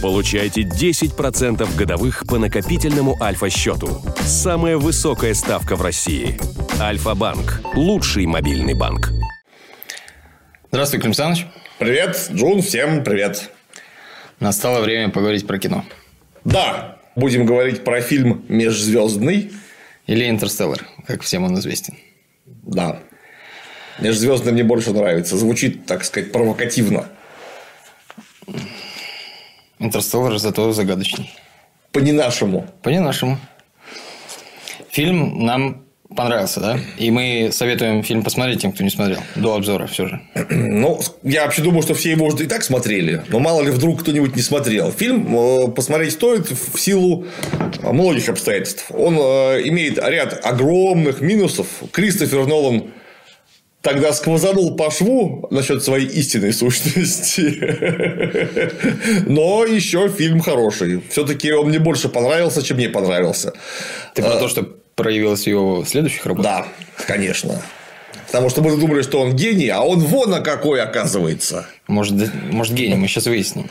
Получайте 10% годовых по накопительному Альфа-счету. Самая высокая ставка в России. Альфа-банк. Лучший мобильный банк. Здравствуй, Клим Александрович. Привет, Джун, всем привет. Настало время поговорить про кино. Да, будем говорить про фильм «Межзвездный». Или «Интерстеллар», как всем он известен. Да. «Межзвездный» мне больше нравится. Звучит, так сказать, провокативно. «Интерстеллар» зато загадочный. По-не-нашему. По-не-нашему. Фильм нам понравился, да? И мы советуем фильм посмотреть тем, кто не смотрел. До обзора все же. Ну, я вообще думаю, что все его уже и так смотрели. Но мало ли вдруг кто-нибудь не смотрел. Фильм посмотреть стоит в силу многих обстоятельств. Он имеет ряд огромных минусов. Кристофер Нолан тогда сквозанул по шву насчет своей истинной сущности. Но еще фильм хороший. Все-таки он мне больше понравился, чем мне понравился. Ты про то, что проявилось в его следующих работах? Да, конечно. Потому что мы думали, что он гений, а он вон какой оказывается. Может, гений, мы сейчас выясним.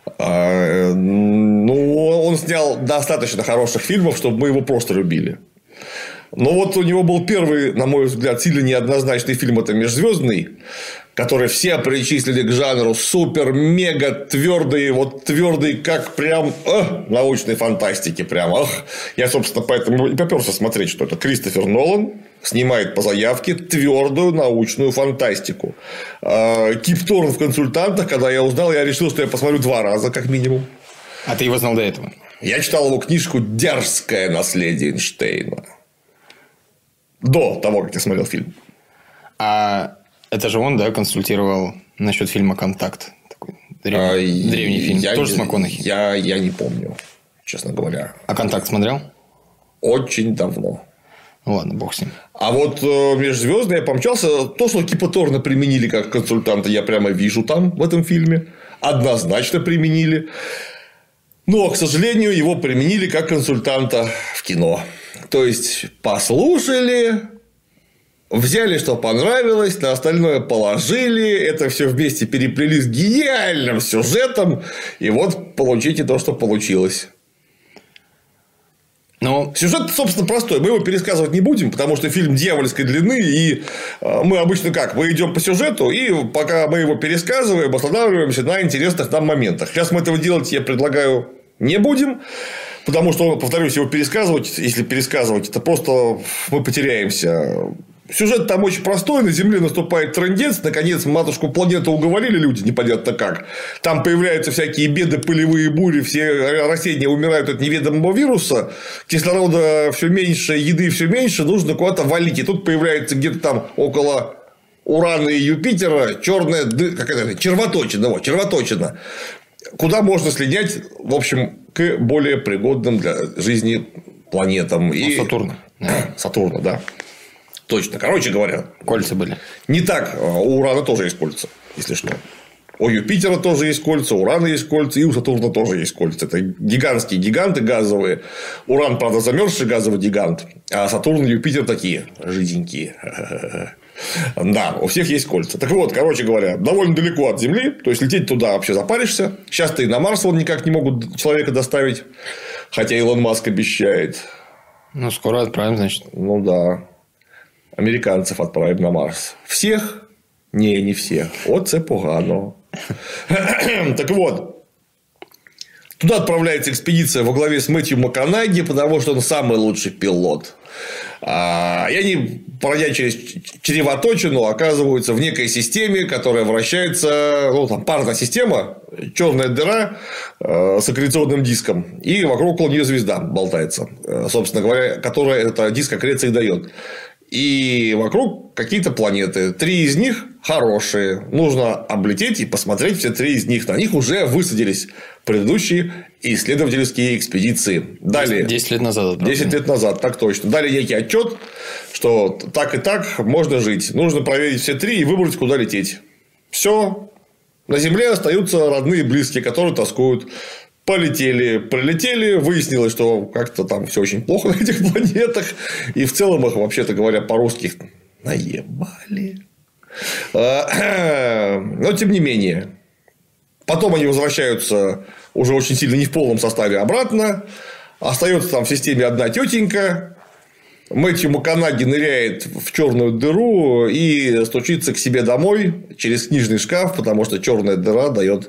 Ну, он снял достаточно хороших фильмов, чтобы мы его просто любили. Но вот у него был первый, на мой взгляд, сильно неоднозначный фильм – это «Межзвездный», который все причислили к жанру супер-мега твердый, вот твердый, как прям научной фантастики. Прям. Я, собственно, поэтому и попёрся смотреть, что это Кристофер Нолан снимает по заявке твердую научную фантастику. Кип Торн в «Консультантах», когда я узнал, я решил, что я посмотрю 2 раза, как минимум. А ты его знал до этого? Я читал его книжку «Дерзкое наследие Эйнштейна». До того, как я смотрел фильм. А это же он, да, консультировал насчет фильма «Контакт». Такой древний фильм. Тоже с МакКонахи. Я не помню, честно говоря. А «Контакт» смотрел? Очень давно. Ладно, бог с ним. А вот «Межзвездный» я помчался. То, что Кипа Торна применили как консультанта, я прямо вижу там, в этом фильме. Однозначно применили. Но, к сожалению, его применили как консультанта в кино. То есть, послушали, взяли, что понравилось, на остальное положили, это все вместе переплели с гениальным сюжетом, и вот получите то, что получилось. Но... Сюжет, собственно, простой. Мы его пересказывать не будем, потому что фильм дьявольской длины, и мы обычно как? Мы идем по сюжету, и пока мы его пересказываем, останавливаемся на интересных нам моментах. Сейчас мы этого делать, я предлагаю, не будем. Потому что, повторюсь, его пересказывать, если пересказывать, это просто мы потеряемся. Сюжет там очень простой. На Земле наступает трындец. Наконец, матушку планету уговорили люди, непонятно как. Там появляются всякие беды, пылевые бури. Все растения умирают от неведомого вируса. Кислорода все меньше, еды все меньше. Нужно куда-то валить. И тут появляется где-то там около Урана и Юпитера черная червоточина. Вот, червоточина. Куда можно слинять, в общем, к более пригодным для жизни планетам. И... Сатурна. Сатурна, да. Точно. Короче говоря. Кольца были. Не так. У Урана тоже есть кольца, если что. У Юпитера тоже есть кольца, у Урана есть кольца, и у Сатурна тоже есть кольца. Это гигантские гиганты газовые. Уран, правда, замерзший газовый гигант. А Сатурн и Юпитер такие жиденькие. Да, у всех есть кольца. Так вот, короче говоря, довольно далеко от Земли. То есть, лететь туда вообще запаришься. Сейчас-то и на Марс вон никак не могут человека доставить. Хотя Илон Маск обещает. Ну, скоро отправим, значит. Ну, да. Американцев отправим на Марс. Всех? Не всех. Оце погано. Так вот. Туда отправляется экспедиция во главе с Мэтью МакКонахи, потому что он самый лучший пилот. И они, пройдя через червоточину, оказываются в некой системе, которая вращается, ну, там парная система, черная дыра с аккреционным диском, и вокруг нее звезда болтается, собственно говоря, которая этот диск аккреции дает. И вокруг какие-то планеты. 3 из них хорошие. Нужно облететь и посмотреть все 3 из них. На них уже высадились предыдущие исследовательские экспедиции. Далее. 10 лет назад. 10 лет назад, так точно. Дали некий отчет, что так и так можно жить. Нужно проверить все 3 и выбрать, куда лететь. Все. На Земле остаются родные и близкие, которые тоскуют. Полетели, прилетели, выяснилось, что как-то там все очень плохо на этих планетах. И в целом их, вообще-то говоря, по-русски наебали. Но тем не менее. Потом они возвращаются уже очень сильно не в полном составе обратно. Остается там в системе одна тетенька. Мэтью МакКонахи ныряет в черную дыру и стучится к себе домой через книжный шкаф, потому что черная дыра дает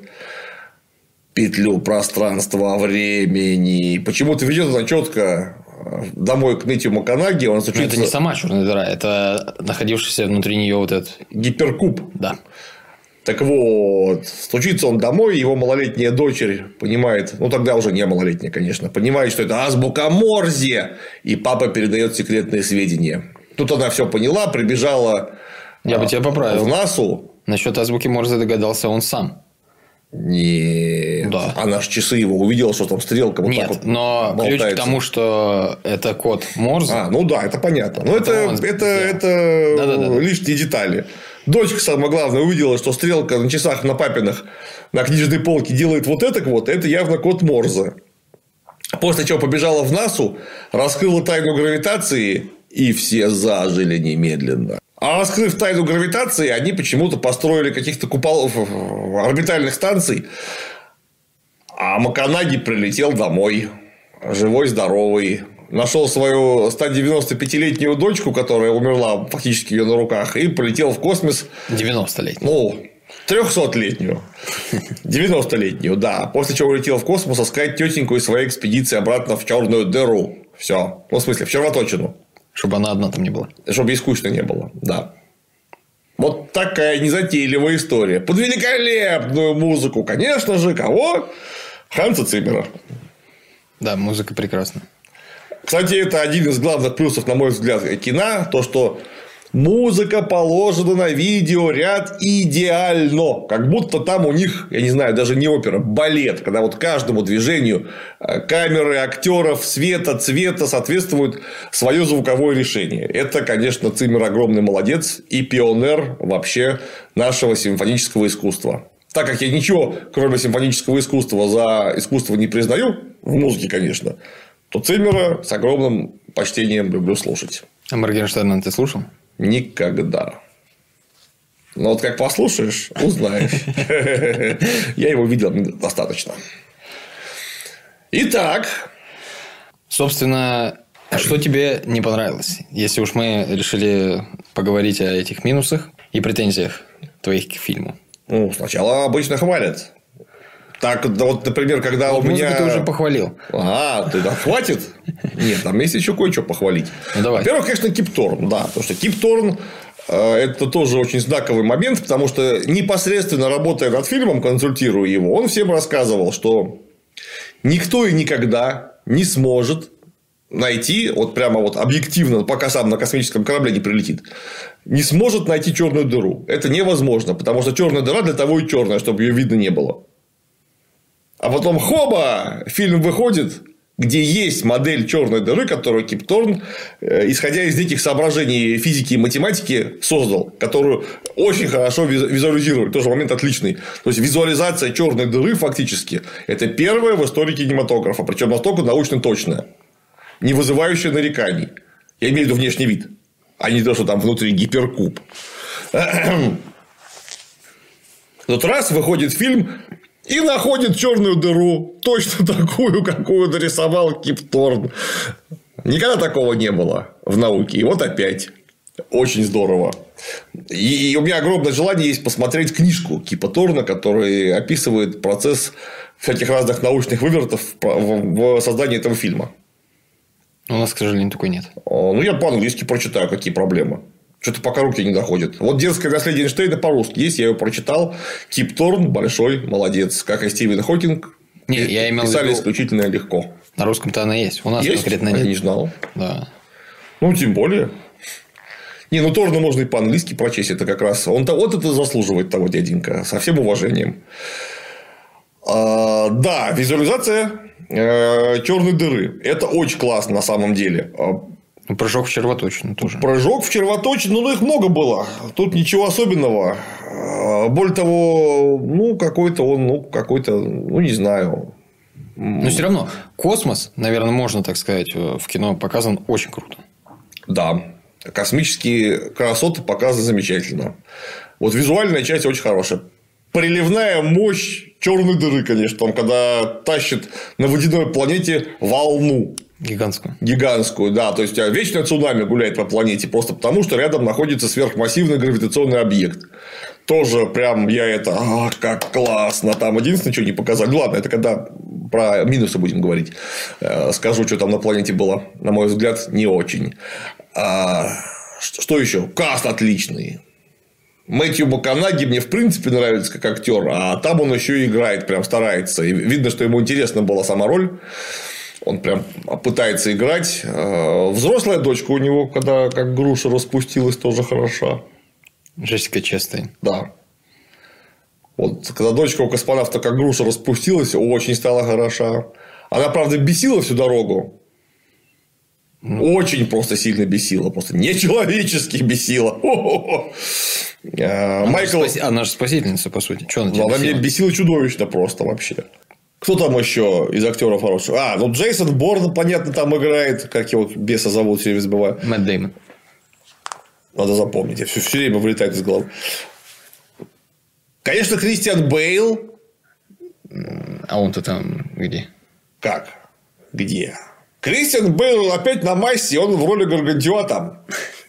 петлю пространства-времени. Почему-то ведет она четко домой к Мэтью МакКонахи. Он стучится... Но это не сама черная дыра, это находившийся внутри нее вот этот гиперкуб. Да. Так вот, стучится он домой, его малолетняя дочерь понимает, ну тогда уже не малолетняя, конечно, понимает, что это азбука Морзе, и папа передает секретные сведения. Тут она все поняла, прибежала. Я бы тебя поправил. В НАСУ. Насчет азбуки Морзе догадался он сам. Нет. Да. Она же часы его увидела, что там стрелка вот Нет, так вот но болтается. Ключ к тому, что это код Морзе. Ну да, это понятно. Но это лишние детали. Дочка, самое главное, увидела, что стрелка на часах на папиных на книжной полке делает вот это вот. Это явно код Морзе. После чего побежала в НАСУ, раскрыла тайну гравитации, и все зажили немедленно. А раскрыв тайну гравитации, они почему-то построили каких-то куполов орбитальных станций. А МакКонахи прилетел домой. Живой-здоровый. Нашел свою 195-летнюю дочку, которая умерла фактически ее на руках, и полетел в космос. 90-летнюю. 300-летнюю. 90-летнюю, да. После чего улетел в космос искать тетеньку из своей экспедиции обратно в черную дыру. Все. В смысле, в червоточину. Чтобы она одна там не была. Чтобы ей скучно не было, да. Вот такая незатейливая история. Под великолепную музыку, конечно же, кого? Ханса Циммера. Да, музыка прекрасна. Кстати, это один из главных плюсов, на мой взгляд, кино. То, что музыка положена на видеоряд идеально. Как будто там у них, я не знаю, даже не опера, балет. Когда вот каждому движению камеры, актеров, света, цвета соответствует свое звуковое решение. Это, конечно, Циммер огромный молодец и пионер вообще нашего симфонического искусства. Так как я ничего, кроме симфонического искусства, за искусство не признаю, в музыке, конечно, то Циммера с огромным почтением люблю слушать. А Моргенштерна ты слушал? Никогда. Но вот как послушаешь, узнаешь. Я его видел достаточно. Итак. Собственно, что тебе не понравилось? Если уж мы решили поговорить о этих минусах и претензиях твоих к фильму. Сначала обычно хвалят. Так, вот, например, когда у меня... Музыку ты уже похвалил. Ты да, хватит? Нет, там есть еще кое-что похвалить. Давай. Во-первых, конечно, Кип Торн. Да, потому что Кип Торн это тоже очень знаковый момент, потому что непосредственно работая над фильмом, консультируя его, он всем рассказывал, что никто и никогда не сможет найти, вот прямо вот объективно, пока сам на космическом корабле не прилетит, не сможет найти черную дыру. Это невозможно, потому что черная дыра для того и черная, чтобы ее видно не было. А потом хоба! Фильм выходит, где есть модель черной дыры, которую Кип Торн, исходя из неких соображений физики и математики, создал, которую очень хорошо визуализировали. Тоже момент отличный. То есть визуализация черной дыры фактически это первая в истории кинематографа, причем настолько научно точная, не вызывающая нареканий. Я имею в виду внешний вид, а не то, что там внутри гиперкуб. Вот раз выходит фильм. И находит черную дыру, точно такую, какую нарисовал Кип Торн. Никогда такого не было в науке. И вот опять. Очень здорово. И у меня огромное желание есть посмотреть книжку Кипа Торна, которая описывает процесс всяких разных научных вывертов в создании этого фильма. У нас, к сожалению, такой нет. Я по-английски прочитаю, какие проблемы. Что-то пока руки не доходят. Вот «Детское наследие Эйнштейна» по-русски есть, я его прочитал. Кип Торн большой молодец. Как и Стивен Хокинг. Я имел писали в виду... исключительно легко. На русском-то она есть. У нас есть? конкретно нет. Я не знал. Да. Тем более. Торна можно и по-английски прочесть. Это как раз. Вот это заслуживает того дяденька. Со всем уважением. Да, визуализация черной дыры. Это очень классно на самом деле. Прыжок в червоточину тоже. Прыжок в червоточину, их много было. Тут ничего особенного. Более того, какой-то он, не знаю. Но все равно космос, наверное, можно так сказать, в кино показан очень круто. Да. Космические красоты показаны замечательно. Вот визуальная часть очень хорошая. приливная мощь черной дыры, конечно, там, когда тащит на водяной планете волну. Гигантскую, да. То есть, у тебя вечное цунами гуляет по планете просто потому, что рядом находится сверхмассивный гравитационный объект. Тоже прям как классно. Там единственное, что не показали. Ну, ладно, это когда про минусы будем говорить. Скажу, что там на планете было, на мой взгляд, не очень. Что еще? Каст отличный. Мэтью Макконахи мне в принципе нравится как актер, а там он еще и играет, прям старается. И видно, что ему интересна была сама роль. Он прям пытается играть. Взрослая дочка у него, когда как груша распустилась, тоже хороша. Джессика Честейн. Да. Вот, когда дочка у космонавта как груша распустилась, очень стала хороша. Она, правда, бесила всю дорогу. Очень просто сильно бесила. Просто нечеловечески бесила. Она же спасительница, по сути. Что она тебя бесила? Она меня бесила чудовищно просто вообще. Кто там еще из актеров хороших? Джейсон Борн, понятно, там играет. Как его беса зовут, все время забываю. Мэтт Дэймон. Надо запомнить. Все время вылетает из головы. Конечно, Кристиан Бейл. А он-то там где? Как? Где? Кристиан Бейл опять на массе. Он в роли Гаргантюа там.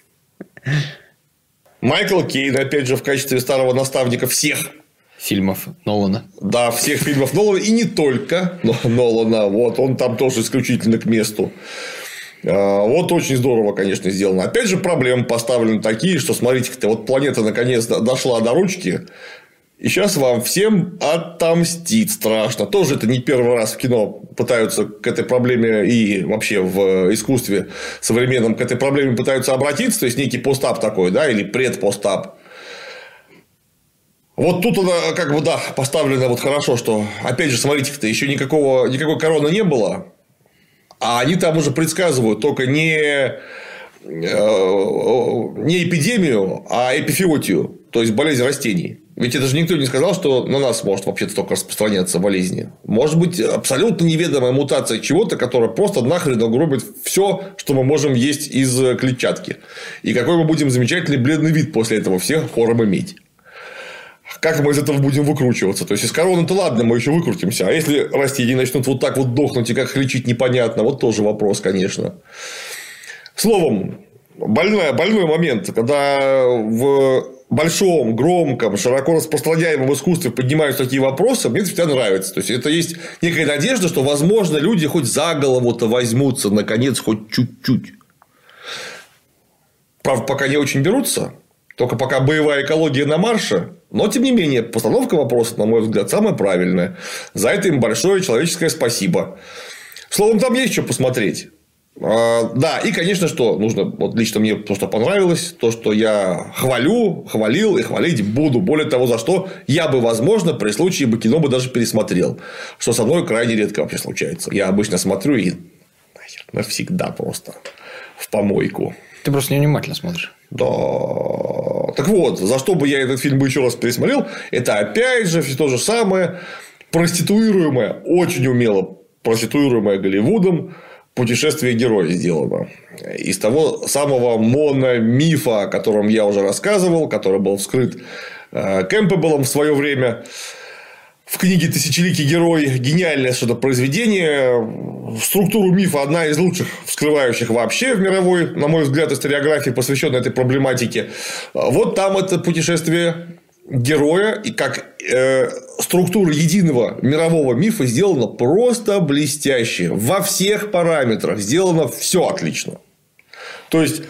Майкл Кейн, опять же, в качестве старого наставника всех фильмов Нолана. Да, всех фильмов Нолана. И не только Нолана. Вот, он там тоже исключительно к месту. Вот очень здорово, конечно, сделано. Опять же, проблемы поставлены такие, что, смотрите-ка, вот планета наконец дошла до ручки. И сейчас вам всем отомстить страшно. Тоже это не первый раз в кино пытаются к этой проблеме и вообще в искусстве современном к этой проблеме пытаются обратиться. То есть, некий постап такой, да, или предпостап. Вот тут она как бы, да, поставлена вот хорошо, что, опять же, смотрите-ка, еще никакой короны не было. А они там уже предсказывают только не эпидемию, а эпифиотию. То есть, болезнь растений. Ведь это же никто не сказал, что на нас может вообще-то только распространяться болезни. Может быть, абсолютно неведомая мутация чего-то, которая просто нахрен угробит все, что мы можем есть из клетчатки. И какой мы будем замечательный бледный вид после этого всех хором иметь. Как мы из этого будем выкручиваться? То есть, из короны-то ладно, мы еще выкрутимся. А если растения начнут вот так вот дохнуть, и как их лечить непонятно, вот тоже вопрос, конечно. Словом, больной момент, когда в большом, громком, широко распространяемом искусстве поднимаются такие вопросы, мне это всегда нравится. То есть, это есть некая надежда, что, возможно, люди хоть за голову-то возьмутся, наконец, хоть чуть-чуть. Правда, пока не очень берутся. Только пока боевая экология на марше. Но, тем не менее, постановка вопроса, на мой взгляд, самая правильная. За это им большое человеческое спасибо. Словом, там есть что посмотреть. Да, и, конечно, что нужно, вот лично мне то, что понравилось, то, что я хвалил и хвалить буду. Более того, за что я бы, возможно, при случае бы кино бы даже пересмотрел. Что со мной крайне редко вообще случается. Я обычно смотрю и навсегда просто в помойку. Ты просто невнимательно смотришь. Да. Так вот, за что бы я этот фильм бы еще раз пересмотрел, это опять же все то же самое проституируемое, очень умело проституируемое Голливудом путешествие героя сделано. Из того самого мономифа, о котором я уже рассказывал, который был вскрыт Кэмпбеллом в свое время. В книге «Тысячеликий герой» гениальное что-то произведение. Структуру мифа одна из лучших вскрывающих вообще в мировой, на мой взгляд, историографии, посвященной этой проблематике. Вот там это путешествие героя и как структура единого мирового мифа сделана просто блестяще. Во всех параметрах сделано все отлично. То есть,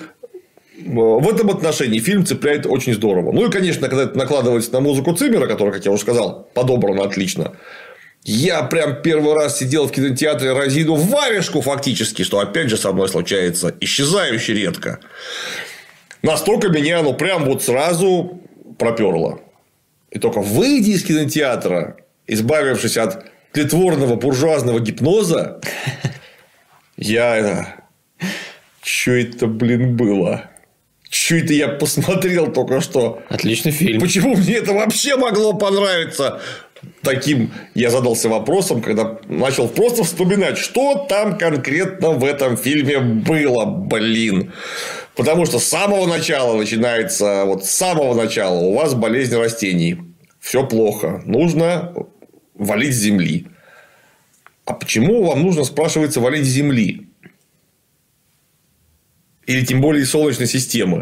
в этом отношении фильм цепляет очень здорово. Ну и, конечно, когда это накладывается на музыку Циммера, которая, как я уже сказал, подобрана отлично. Я прям первый раз сидел в кинотеатре разину в варежку фактически, что опять же со мной случается исчезающе редко. Настолько меня оно прям вот сразу проперло. И только выйдя из кинотеатра, избавившись от тлетворного буржуазного гипноза, я... Что это, было? Что это я посмотрел только что? Отличный фильм. Почему мне это вообще могло понравиться? Таким я задался вопросом, когда начал просто вспоминать, что там конкретно в этом фильме было, Потому что с самого начала начинается, вот с самого начала у вас болезнь растений. все плохо, нужно валить с Земли. А почему вам нужно, спрашивается, валить с Земли? Или тем более из Солнечной системы?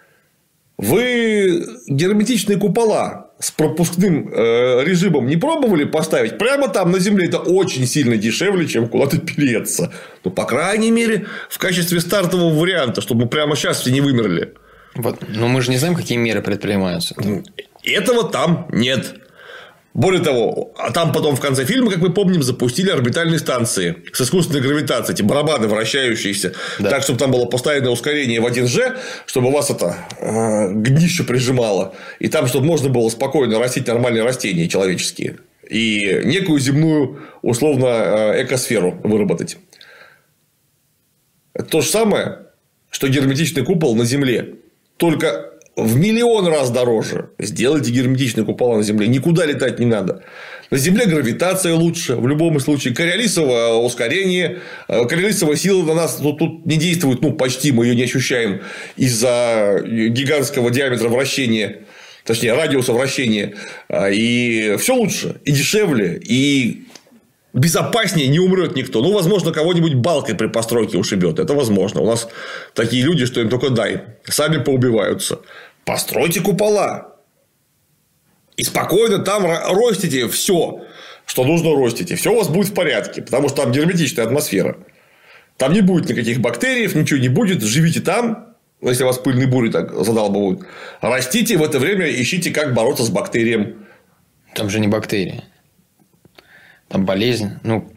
Вы герметичные купола с пропускным режимом не пробовали поставить? Прямо там на Земле это очень сильно дешевле, чем куда-то переться. Ну, по крайней мере, в качестве стартового варианта, чтобы мы прямо сейчас все не вымерли. Вот. Но мы же не знаем, какие меры предпринимаются. Этого там нет. Более того, а там потом в конце фильма, как мы помним, запустили орбитальные станции с искусственной гравитацией, эти барабаны вращающиеся, да. Так, чтобы там было постоянное ускорение в 1G, чтобы вас это к днищу прижимало, и там, чтобы можно было спокойно растить нормальные растения человеческие и некую земную, условно, экосферу выработать. Это то же самое, что герметичный купол на Земле, только в миллион раз дороже. Сделайте герметичные купола на Земле. Никуда летать не надо. На Земле гравитация лучше. В любом случае. Кориолисовое ускорение. Кориолисовая сила на нас тут не действует. Ну, почти мы ее не ощущаем. Из-за гигантского диаметра вращения. Точнее, радиуса вращения. И все лучше. И дешевле. И безопаснее, не умрет никто. Ну, возможно, кого-нибудь балкой при постройке ушибет. Это возможно. У нас такие люди, что им только дай. Сами поубиваются. Постройте купола. И спокойно там ростите все, что нужно ростить. И все у вас будет в порядке. Потому что там герметичная атмосфера. Там не будет никаких бактерий, ничего не будет. Живите там. Если вас пыльные бури так задалбывают. Растите. В это время ищите, как бороться с бактерием. Там же не бактерии. Там болезнь. Ну,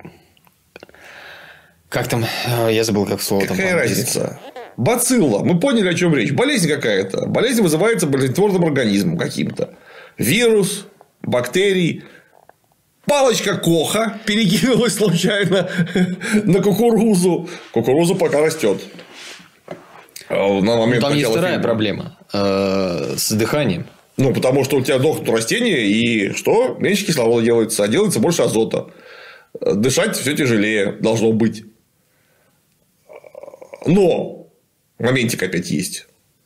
как там? Я забыл, как слово. Какая разница? Бацилла. Мы поняли, о чем речь. Болезнь какая-то. Болезнь вызывается болезнетворным организмом каким-то. Вирус, бактерий. Палочка Коха перекинулась случайно на кукурузу. Кукуруза пока растет. На момент там есть вторая проблема с дыханием. Ну, потому что у тебя дохнут растения, и что? Меньше кислорода делается, а делается больше азота. Дышать все тяжелее должно быть. Но моментик опять есть.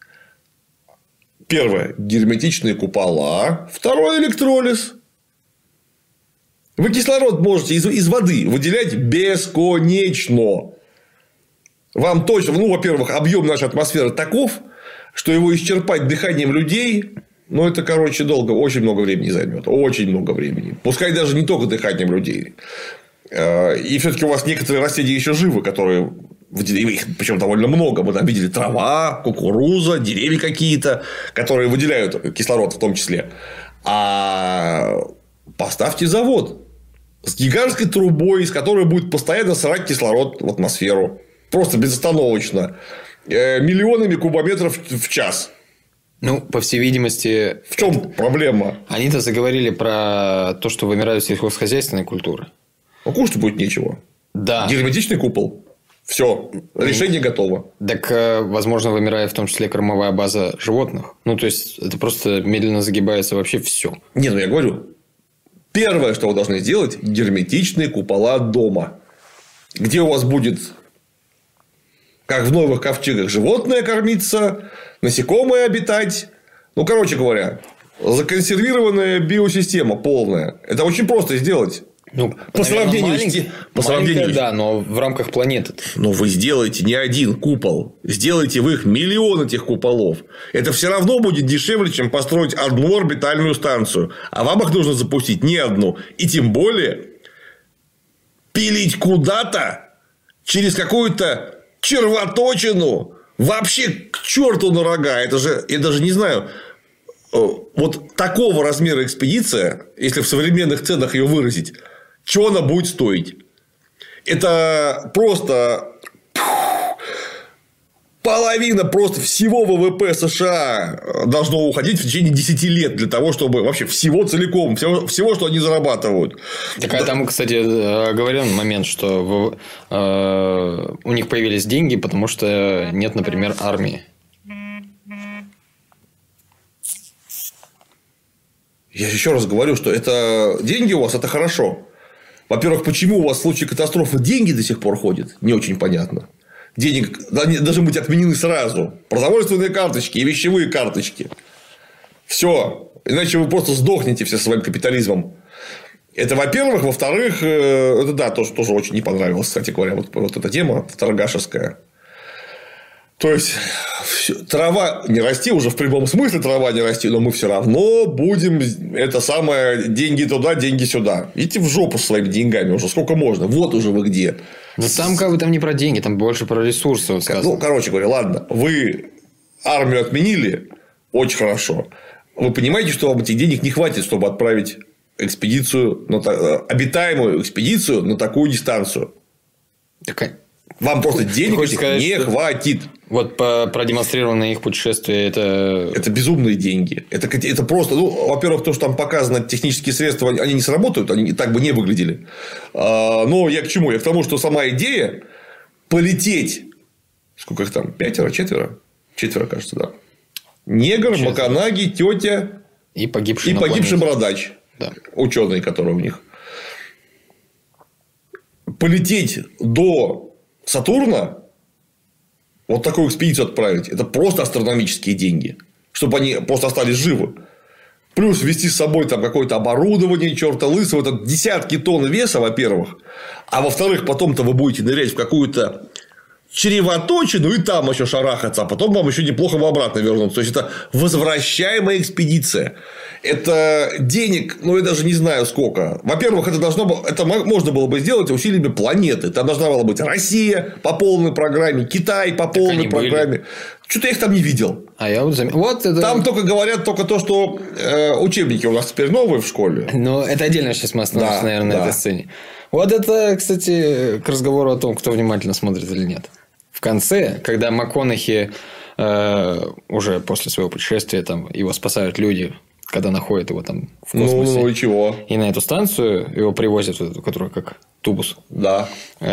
Первое. Герметичные купола. Второй. Электролиз. Вы кислород можете из воды выделять бесконечно. Вам точно... Ну, во-первых, объем нашей атмосферы таков, что его исчерпать дыханием людей... Ну, это, короче, долго, очень много времени займет. Очень много времени. Пускай даже не только дыханием людей. И все-таки у вас некоторые растения еще живы, которые... Их причем довольно много. Мы там видели трава, кукуруза, деревья какие-то, которые выделяют кислород в том числе. А поставьте завод с гигантской трубой, из которой будет постоянно срать кислород в атмосферу. Просто безостановочно. Миллионами кубометров в час. Ну, по всей видимости... В чем проблема? Они-то заговорили про то, что вымирают сельхозхозяйственные культуры. А кушать будет нечего. Да. Герметичный купол. Все. Решение готово. Так, возможно, вымирает в том числе кормовая база животных. Ну, то есть, это просто медленно загибается вообще все. Не, ну я говорю. Первое, что вы должны сделать, герметичные купола дома. Где у вас будет, как в новых ковчегах, животное кормиться, насекомые обитать. Ну, короче говоря, законсервированная биосистема полная. Это очень просто сделать. Ну, по сравнению с... Да, но в рамках планеты. Но вы сделаете не один купол. Сделайте в их миллион этих куполов. Это все равно будет дешевле, чем построить одну орбитальную станцию. А вам их нужно запустить не одну. И тем более пилить куда-то через какую-то червоточину. Вообще к черту на рога. Это же, я даже не знаю. Вот такого размера экспедиция, если в современных ценах ее выразить, чего она будет стоить? Это просто половина просто всего ВВП США должно уходить в течение 10 лет для того, чтобы вообще всего целиком, всего, что они зарабатывают. Так, а там, кстати, говорен момент, что у них появились деньги, потому что нет, например, армии. Я еще раз говорю, что это деньги у вас, это хорошо. Во-первых, почему у вас в случае катастрофы деньги до сих пор ходят, не очень понятно. Денег должны быть отменены сразу. Продовольственные карточки и вещевые карточки. Все. Иначе вы просто сдохнете все своим капитализмом. Это, во-первых. Во-вторых, это да, тоже очень не понравилось, кстати говоря, вот эта тема торгашевская. То есть, трава не расти, уже в прямом смысле трава не расти, но мы все равно будем это самое, деньги туда, деньги сюда. Идите в жопу со своими деньгами уже, сколько можно. Вот уже вы где. Но там как бы там не про деньги, там больше про ресурсы. Вот ну, короче говоря, ладно, вы армию отменили, очень хорошо. Вы понимаете, что вам этих денег не хватит, чтобы отправить экспедицию, обитаемую экспедицию на такую дистанцию. Вам просто денег не хватит. Вот продемонстрированное их путешествие это безумные деньги. Это просто, во-первых, то, что там показано, технические средства, они не сработают, они так бы не выглядели. Но я к чему? Я к тому, что сама идея полететь. Сколько их там? 5, 4? 4, кажется, да. Негр, Маканаги, тетя и погибший бородач. Да. Ученые, которые у них. Полететь до Сатурна, вот такую экспедицию отправить, это просто астрономические деньги. Чтобы они просто остались живы. Плюс везти с собой там какое-то оборудование, черта лысого, это десятки тонн веса, во-первых. А во-вторых, потом-то вы будете нырять в какую-то чревоточину и там еще шарахаться, а потом вам еще неплохо бы обратно вернуться. То есть, это возвращаемая экспедиция. Это денег, я даже не знаю сколько. Во-первых, это можно было бы сделать усилиями планеты. Там должна была быть Россия по полной программе, Китай по полной программе. Что-то я их там не видел. А я вот это... Там только говорят то, что учебники у нас теперь новые в школе. Ну, это отдельно сейчас мы остановимся, наверное, на этой сцене. Вот это, кстати, к разговору о том, кто внимательно смотрит или нет. В конце, когда МакКонахи уже после своего путешествия там, его спасают люди, когда находят его там в космосе. Ну и чего? И на эту станцию его привозят, которая как тубус. Да.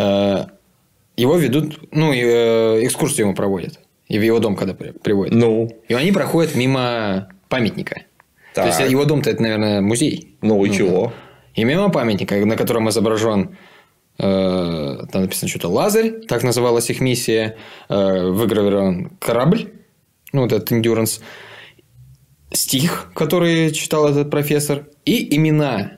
Его ведут, экскурсию ему проводят. И в его дом, когда приводят. И они проходят мимо памятника. Так. То есть, его дом-то это, наверное, музей. И чего? И мимо памятника, на котором изображен, там написано что-то Лазарь, так называлась их миссия, выгравирован корабль, вот этот Endurance, стих, который читал этот профессор, и имена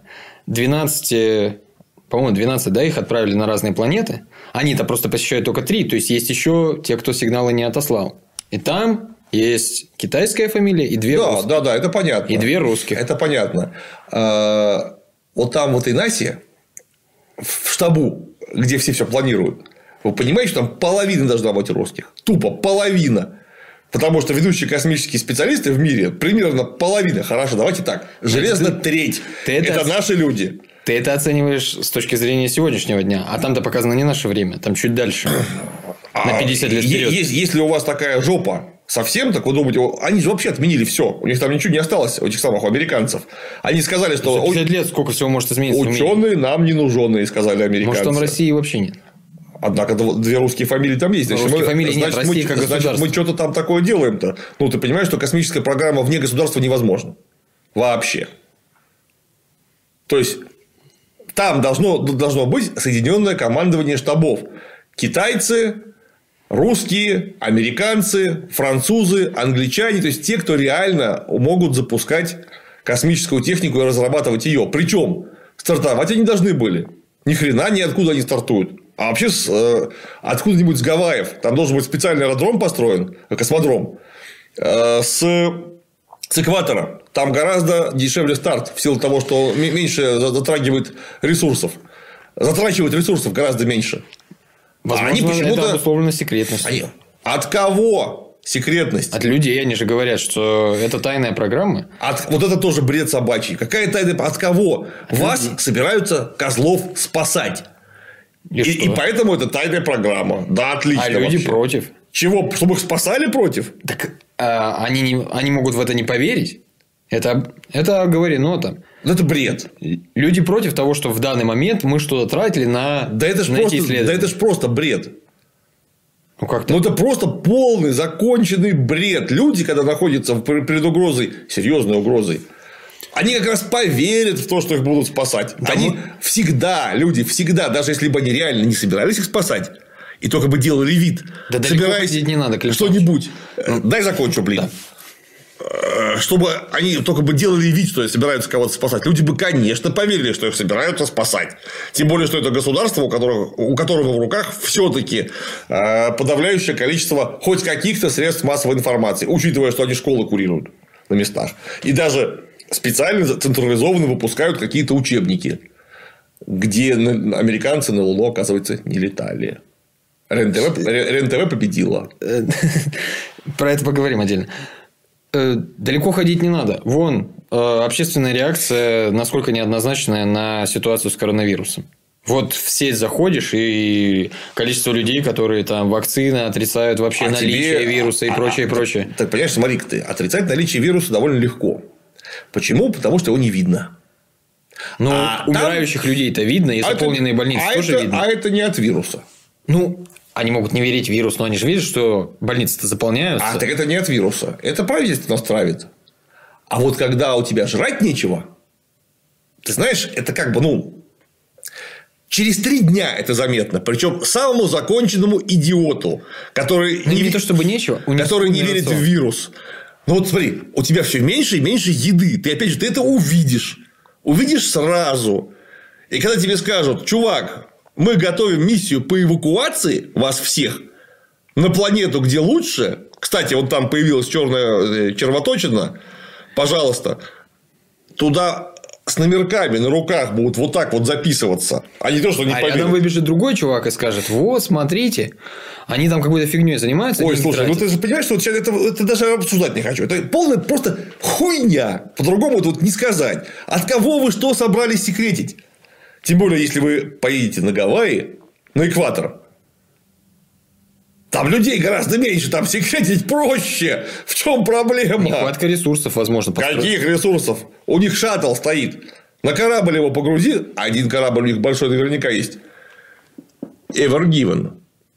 12, по-моему, 12, да, их отправили на разные планеты. Они-то просто посещают только 3, то есть, есть еще те, кто сигналы не отослал. И там есть китайская фамилия и 2 русских. Да, это понятно. И 2 русских. Это понятно. Вот там вот и Наси, в штабу, где все планируют, вы понимаете, что там половина должна быть русских. Тупо половина. Потому что ведущие космические специалисты в мире примерно половина. Хорошо, давайте так. Железно треть. Это наши люди. Ты это оцениваешь с точки зрения сегодняшнего дня. А там-то показано не наше время. Там чуть дальше. На 50 лет вперед. Если у вас такая жопа совсем, так вы думаете, они же вообще отменили все. У них там ничего не осталось, у этих самых американцев. Они сказали, что... За 50 лет сколько всего может измениться? Ученые нам не нужны, сказали американцы. Может, там России вообще нет? Однако 2 русские фамилии там есть. Русские фамилии нет, Россия как государство. Значит, мы что-то там такое делаем-то. Ты понимаешь, что космическая программа вне государства невозможна. Вообще. То есть, там должно быть соединенное командование штабов. Китайцы, русские, американцы, французы, англичане. То есть, те, кто реально могут запускать космическую технику и разрабатывать ее. Причем, стартовать они должны были. Ни хрена ниоткуда они стартуют. А вообще откуда-нибудь с Гавайев. Там должен быть специальный аэродром построен, космодром, с экватора. Там гораздо дешевле старт, в силу того, что меньше затрагивает ресурсов. Затрачивает ресурсов гораздо меньше. Возможно, они почему-то... это обусловлено секретностью. От кого секретность? От людей. Они же говорят, что это тайная программа. Вот это тоже бред собачий. Какая тайная? От кого? Вас собираются козлов спасать. И поэтому это тайная программа. Да, отлично. А люди вообще против. Чего? Чтобы их спасали против? Так они могут в это не поверить. Это оговорено там. Это бред. Люди против того, что в данный момент мы что-то тратили на эти исследования. Да это ж просто бред. Это просто полный, законченный бред. Люди, когда находятся перед угрозой, серьезной угрозой, они как раз поверят в то, что их будут спасать. Они люди всегда, даже если бы они реально не собирались их спасать, и только бы делали вид, собираясь не надо, что-нибудь. Дай закончу, блин. чтобы они только бы делали вид, что собираются кого-то спасать, люди бы, конечно, поверили, что их собираются спасать. Тем более, что это государство, у которого в руках все-таки подавляющее количество хоть каких-то средств массовой информации, учитывая, что они школы курируют на местах. И даже специально централизованно выпускают какие-то учебники, где американцы на Луну, оказывается, не летали. РЕН-ТВ победила. Про это поговорим отдельно. Далеко ходить не надо. Вон, общественная реакция насколько неоднозначная на ситуацию с коронавирусом. Вот в сеть заходишь, и количество людей, которые там вакцины отрицают вообще наличие вируса и прочее, прочее. Так, понимаешь, смотри-ка ты, отрицать наличие вируса довольно легко. Почему? Потому что его не видно. Ну, умирающих людей-то видно, и заполненные больницы тоже видно. А это не от вируса. Ну, они могут не верить в вирус, но они же видят, что больницы-то заполняются. Так это не от вируса. Это правительство нас травит. А вот когда у тебя жрать нечего, ты знаешь, это как бы, через 3 дня это заметно. Причем самому законченному идиоту, который не то чтобы нечего, который не верит в вирус. Ну вот смотри, у тебя все меньше и меньше еды. Ты опять же ты это увидишь. Увидишь сразу. И когда тебе скажут: чувак, мы готовим миссию по эвакуации вас всех на планету, где лучше. Кстати, вот там появилась черная червоточина. Пожалуйста, туда с номерками на руках будут вот так вот записываться. А не то, что не поверят. Рядом выбежит другой чувак и скажет: вот, смотрите, они там какой-то фигней занимаются. Ой, слушай, ты же понимаешь, что это даже обсуждать не хочу. Это полная просто хуйня. По-другому тут не сказать. От кого вы что собрались секретить? Тем более, если вы поедете на Гавайи, на экватор. Там людей гораздо меньше, там секретить проще. В чем проблема? Нехватка ресурсов, возможно. Каких ресурсов? У них шаттл стоит. На корабль его погрузи. Один корабль у них большой наверняка есть. Ever Given.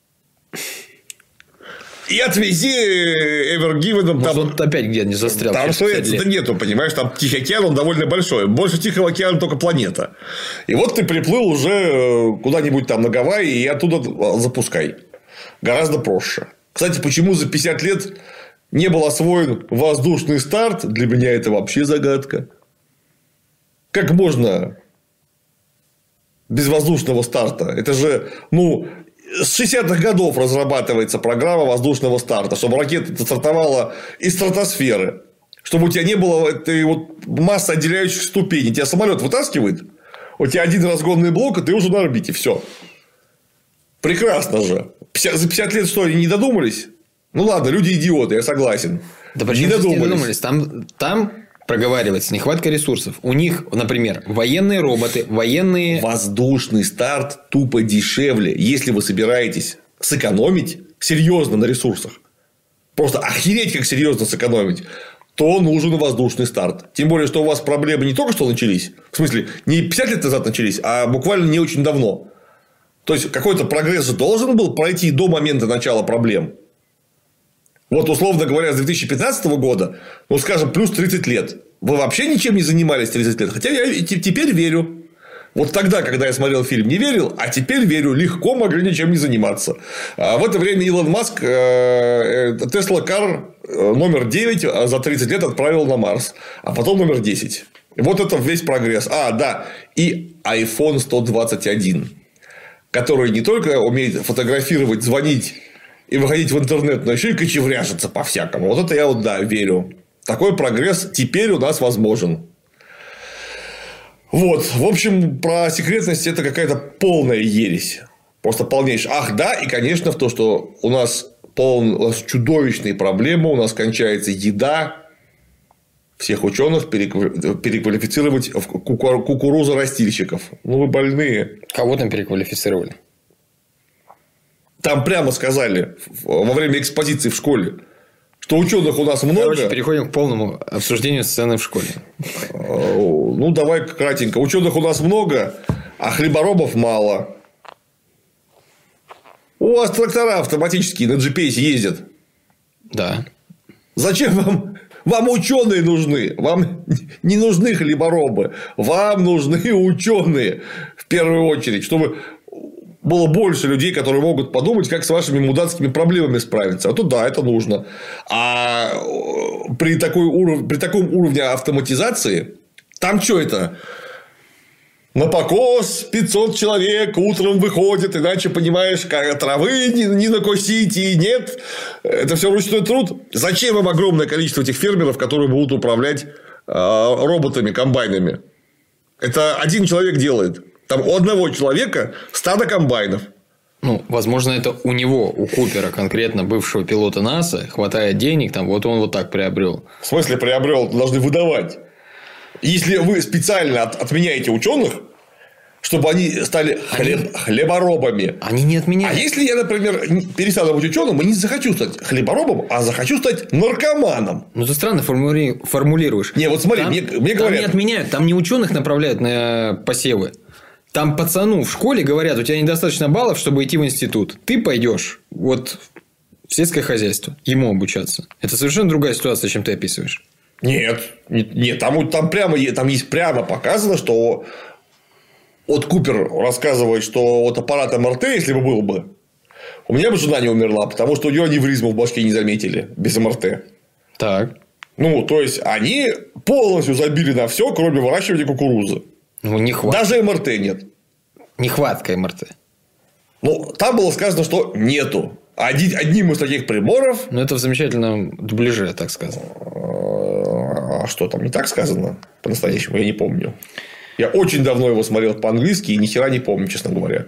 И отвези Ever Given. Может, он опять где-то не застрял. Там стоять-то нету, понимаешь. Там Тихий океан, он довольно большой. Больше Тихого океана только планета. И вот ты приплыл уже куда-нибудь там на Гавайи, и оттуда запускай. Гораздо проще. Кстати, почему за 50 лет не был освоен воздушный старт, для меня это вообще загадка. Как можно без воздушного старта? Это же, с 60-х годов разрабатывается программа воздушного старта, чтобы ракета стартовала из стратосферы, чтобы у тебя не было этой вот массы отделяющих ступеней. Тебя самолет вытаскивает, у тебя один разгонный блок, и ты уже на орбите. Все. Прекрасно же. За 50 лет что, они не додумались? Ну ладно, люди идиоты, я согласен. Да почему не додумались? Там проговаривается нехватка ресурсов. У них, например, военные роботы, военные... Воздушный старт тупо дешевле, если вы собираетесь сэкономить серьезно на ресурсах. Просто охереть, как серьезно сэкономить. То нужен воздушный старт. Тем более, что у вас проблемы не только что начались. В смысле, не 50 лет назад начались, а буквально не очень давно. То есть, какой-то прогресс же должен был пройти до момента начала проблем. Вот, условно говоря, с 2015 года, скажем, плюс 30 лет. Вы вообще ничем не занимались 30 лет. Хотя я теперь верю. Вот тогда, когда я смотрел фильм, не верил, а теперь верю, легко могли ничем не заниматься. А в это время Илон Маск Tesla Car номер 9 за 30 лет отправил на Марс. А потом номер 10. Вот это весь прогресс. Да. И iPhone 121. Который не только умеет фотографировать, звонить и выходить в интернет, но еще и кочевряжется по-всякому. Вот это я верю. Такой прогресс теперь у нас возможен. Вот. В общем, про секретность это какая-то полная ересь. Просто полнейшая. И, конечно, в то, что у нас чудовищные проблемы, у нас кончается еда. Всех ученых переквалифицировать в кукурузорастильщиков. Вы больные. Кого там переквалифицировали? Там прямо сказали во время экспозиции в школе, что ученых у нас много. Переходим к полному обсуждению сцены в школе. Давай кратенько. Ученых у нас много, а хлеборобов мало. У вас трактора автоматические на GPS ездят. Да. Зачем вам ученые нужны? Вам не нужны хлеборобы. Вам нужны ученые в первую очередь, чтобы было больше людей, которые могут подумать, как с вашими мудацкими проблемами справиться. А то да, это нужно. А при таком уровне автоматизации, там что это? На покос 500 человек утром выходит, иначе, понимаешь, как травы не накосить и нет. Это все ручной труд. Зачем им огромное количество этих фермеров, которые будут управлять роботами, комбайнами? Это один человек делает. Там у одного человека стадо комбайнов. Ну, возможно, это у него, у Купера, конкретно бывшего пилота NASA, хватает денег, там, вот он вот так приобрел. В смысле приобрел? Должны выдавать. Если вы специально отменяете ученых, чтобы они стали хлеборобами. Они не отменяют. А если я, например, перестану быть ученым и не захочу стать хлеборобом, а захочу стать наркоманом? Ну, ты странно формулируешь. Не, вот смотри, мне говорят. Там не отменяют, там не ученых направляют на посевы. Там пацану в школе говорят, у тебя недостаточно баллов, чтобы идти в институт. Ты пойдешь вот в сельское хозяйство, ему обучаться. Это совершенно другая ситуация, чем ты описываешь. Нет, там есть прямо показано, что вот Купер рассказывает, что вот аппарат МРТ, если бы был бы, у меня бы жена не умерла, потому что у нее аневризму в башке не заметили без МРТ. Так. Ну, то есть, они полностью забили на все, кроме выращивания кукурузы. Ну, нехватка. Даже МРТ нет. Нехватка МРТ. Ну, там было сказано, что нету. Одним из таких приборов. Ну, это в замечательном дубляже, так сказано. А что там не так сказано? По-настоящему я не помню. Я очень давно его смотрел по-английски и ни хера не помню, честно говоря.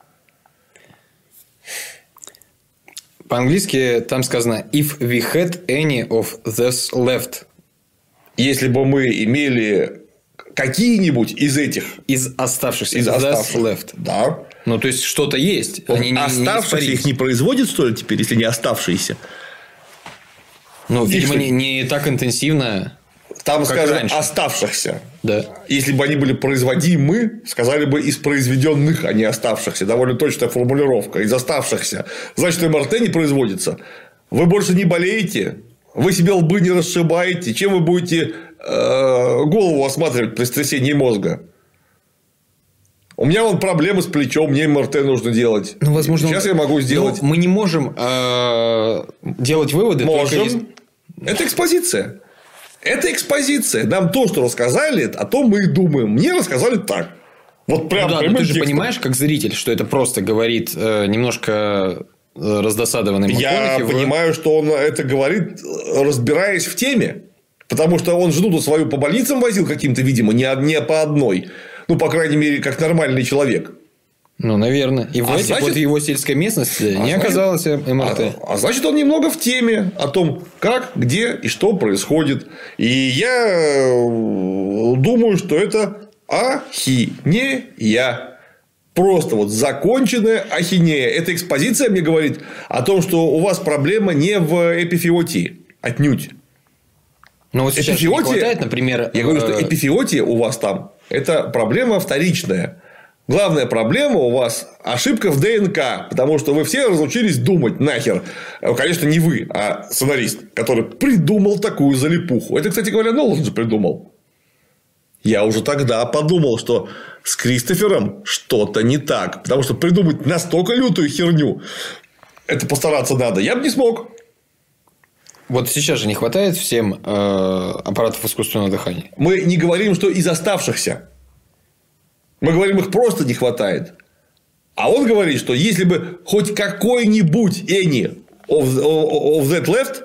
По-английски там сказано if we had any of this left. Если бы мы имели какие-нибудь из этих. Из оставшихся. Из оставшихся. Left. Да. Ну, то есть, что-то есть. Они оставшиеся их не производят, что ли, теперь, если не оставшиеся? Ну, видимо, не так интенсивно. Там сказано раньше. Оставшихся. Да. Если бы они были производимы, сказали бы из произведенных, а не оставшихся. Довольно точная формулировка. Из оставшихся. Значит, МРТ не производится. Вы больше не болеете. Вы себе лбы не расшибаете. Чем вы будете голову осматривать при сотрясении мозга? У меня вон проблемы с плечом, мне МРТ нужно делать. Ну, возможно, сейчас я могу сделать. Мы не можем делать выводы. Можем. Это экспозиция. Это экспозиция. Нам то, что рассказали, о том мы и думаем. Мне рассказали так. Вот прям но ты же понимаешь, как зритель, что это просто говорит немножко раздосадованный МакКонахи. Я понимаю, что он это говорит, разбираясь в теме. Потому что он жену свою по больницам возил каким-то, видимо, не по одной. Ну, по крайней мере, как нормальный человек. Ну, наверное. И в его сельской местности не оказалось МРТ. А значит, он немного в теме о том, как, где и что происходит. И я думаю, что это ахинея. Просто вот законченная ахинея. Эта экспозиция мне говорит о том, что у вас проблема не в эпифиотии. Отнюдь. Но вот сейчас не хватает, например... Я говорю, что эпифиотия у вас там – это проблема вторичная. Главная проблема у вас – ошибка в ДНК. Потому что вы все разучились думать нахер. Конечно, не вы, а сценарист, который придумал такую залипуху. Это, кстати говоря, Нолан же придумал. Я уже тогда подумал, что с Кристофером что-то не так. Потому что придумать настолько лютую херню – это постараться надо. Я бы не смог. Вот сейчас же не хватает всем аппаратов искусственного дыхания. Мы не говорим, что из оставшихся. Мы говорим, их просто не хватает. А он говорит, что если бы хоть какой-нибудь any of that left,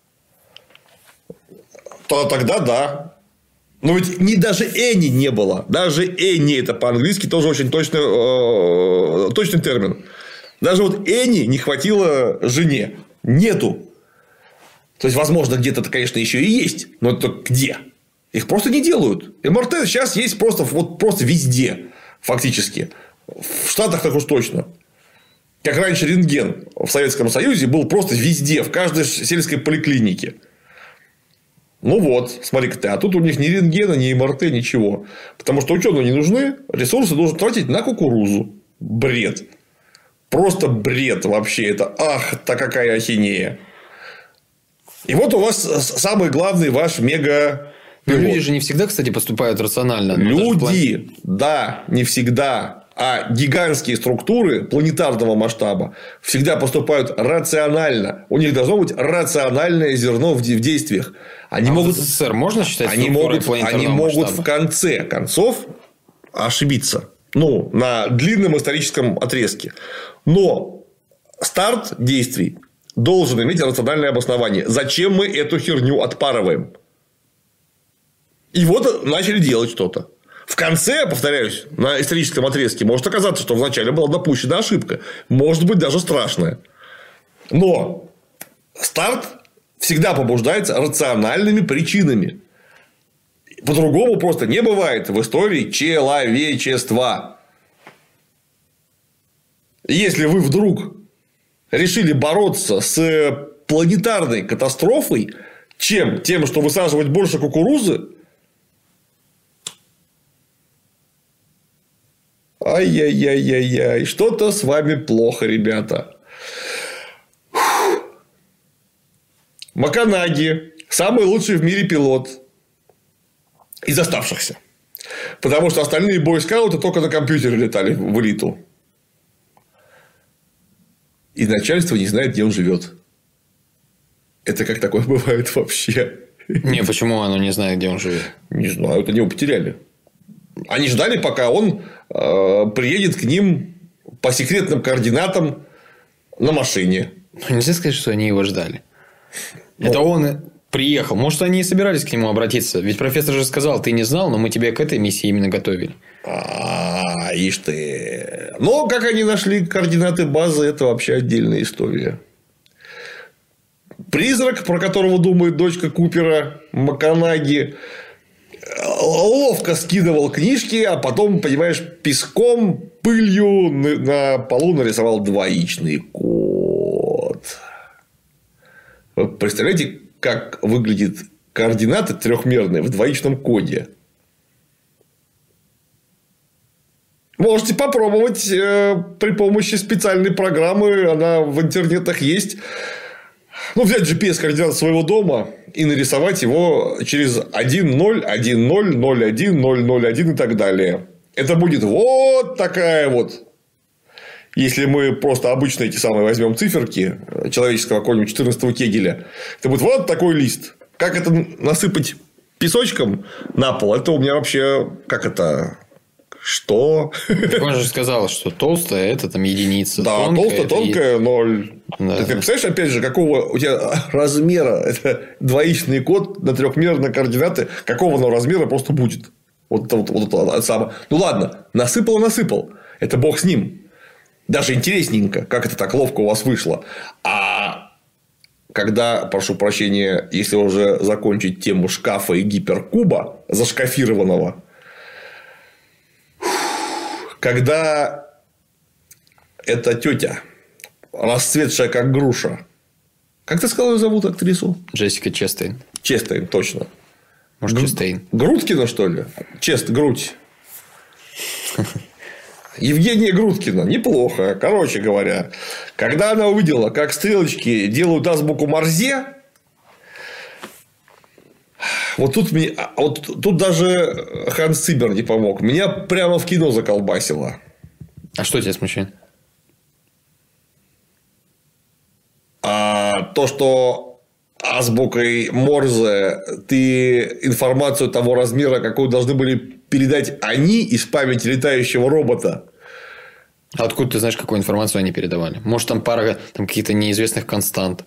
то тогда да. Но ведь даже any не было. Даже any это по-английски тоже очень точный термин. Даже вот any не хватило жене. Нету. То есть, возможно, где-то, конечно, еще и есть. Но это где? Их просто не делают. МРТ сейчас есть просто везде. Фактически. В Штатах так уж точно. Как раньше рентген в Советском Союзе был просто везде. В каждой сельской поликлинике. Ну вот, смотри-ка ты. А тут у них ни рентгена, ни МРТ, ничего. Потому что ученые не нужны. Ресурсы должен тратить на кукурузу. Бред. Просто бред вообще. Это ах-то какая ахинея. И вот у вас самый главный ваш мега... Люди же не всегда, кстати, поступают рационально. Люди, да, не всегда. А гигантские структуры планетарного масштаба всегда поступают рационально. У них должно быть рациональное зерно в действиях. Они могут... в СССР можно считать они могут в конце концов ошибиться. Ну, на длинном историческом отрезке. Но старт действий должен иметь рациональное обоснование. Зачем мы эту херню отпарываем? И вот начали делать что-то. В конце, повторяюсь, на историческом отрезке может оказаться, что вначале была допущена ошибка. Может быть, даже страшная. Но старт всегда побуждается рациональными причинами. По-другому просто не бывает в истории человечества. Если вы вдруг решили бороться с планетарной катастрофой, тем, что высаживать больше кукурузы, ай-яй-яй-яй-яй, что-то с вами плохо, ребята. Маканаги – самый лучший в мире пилот из оставшихся. Потому что остальные бойскауты только на компьютере летали в элиту. И начальство не знает, где он живет. Это как такое бывает вообще? Не, почему оно не знает, где он живет? Не знаю, это они его потеряли. Они ждали, пока он приедет к ним по секретным координатам на машине. Нельзя сказать, что они его ждали. Это он приехал. Может, они и собирались к нему обратиться. Ведь профессор же сказал, ты не знал, но мы тебя к этой миссии именно готовили. Ишь ты. Но как они нашли координаты базы, это вообще отдельная история. Призрак, про которого думает дочка Купера, Маканаги, ловко скидывал книжки, а потом, понимаешь, песком, пылью на полу нарисовал двоичный код. Вы представляете, как выглядят координаты трехмерные в двоичном коде? Можете попробовать при помощи специальной программы, она в интернетах есть. Ну, взять GPS-координаты своего дома и нарисовать его через 1, 0, 1, 0, 0, 1, 0, 0, 1 и так далее. Это будет вот такая вот. Если мы просто обычно эти самые возьмем циферки человеческого какого-нибудь 14-го Кегеля, это будет вот такой лист. Как это насыпать песочком на пол? Это у меня вообще... Как это... Что? Так он же сказал, что толстая – это там единица. Да, тонкая – 0. Да. Ты представляешь, опять же, какого у тебя размера это двоичный код на трехмерные координаты, какого оно размера просто будет. Вот самое. Ну, ладно, насыпал. Это бог с ним. Даже интересненько, как это так ловко у вас вышло. А когда, прошу прощения, если уже закончить тему шкафа и гиперкуба, зашкафированного, когда эта тетя, расцветшая как груша, как ты сказал, ее зовут актрису? Джессика Честейн. Честейн, точно. Может, Честейн. Грудкина, что ли? Грудь. Евгения Грудкина. Неплохо. Короче говоря, когда она увидела, как стрелочки делают азбуку Морзе, вот тут даже Ханс Циммер не помог. Меня прямо в кино заколбасило. А что тебя смущает? То, что азбукой Морзе ты информацию того размера, какую должны были передать они из памяти летающего робота. А откуда ты знаешь, какую информацию они передавали? Может, там пара каких-то неизвестных констант.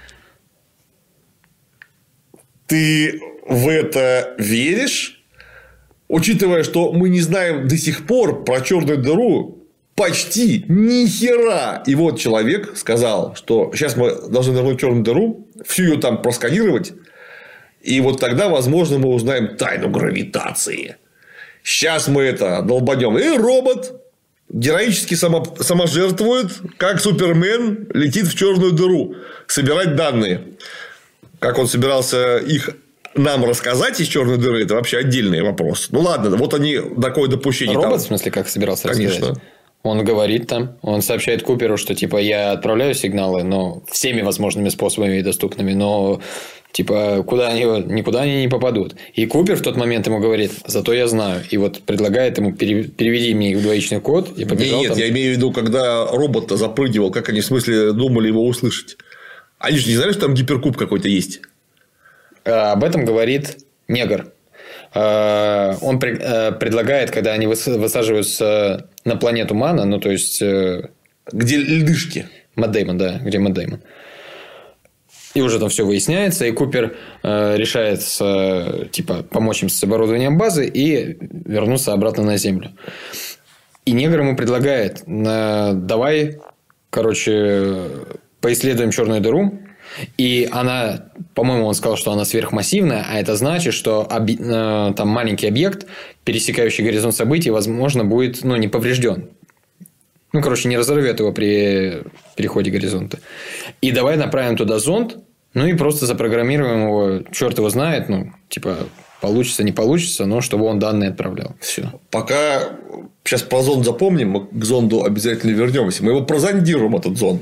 Ты в это веришь? Учитывая, что мы не знаем до сих пор про черную дыру почти ни хера. И вот человек сказал, что сейчас мы должны нырнуть в черную дыру, всю ее там просканировать, и вот тогда, возможно, мы узнаем тайну гравитации. Сейчас мы это долбанем. И робот героически саможертвует, как Супермен летит в черную дыру собирать данные. Как он собирался их нам рассказать из черной дыры, это вообще отдельный вопрос. Ну ладно, вот они такое допущение. Робот, там... в смысле, как собирался Конечно. рассказать? Он говорит там, он сообщает Куперу, что типа я отправляю сигналы, но всеми возможными способами доступными, но Типа, никуда они не попадут. И Купер в тот момент ему говорит: зато я знаю. И вот предлагает ему: переведи мне их в двоичный код. И побежал. Нет, я имею в виду, когда робот-то запрыгивал, как они в смысле думали его услышать. Они же не знали, что там гиперкуб какой-то есть. Об этом говорит негр. Он предлагает, когда они высаживаются на планету Мана, ну, то есть... Где льдышки. Мэтт Дэймон, да, где Мэтт Дэймон. И уже там все выясняется, и Купер решает типа помочь им с оборудованием базы и вернуться обратно на Землю. И негр ему предлагает: давай, поисследуем черную дыру. И она, по-моему, он сказал, что она сверхмассивная, а это значит, что там маленький объект, пересекающий горизонт событий, возможно, будет не поврежден. Не разорвет его при переходе горизонта. И давай направим туда зонд, и просто запрограммируем его, черт его знает, получится, не получится, но чтобы он данные отправлял. Все. Пока сейчас про зонд запомним, мы к зонду обязательно вернемся. Мы его прозондируем, этот зонд.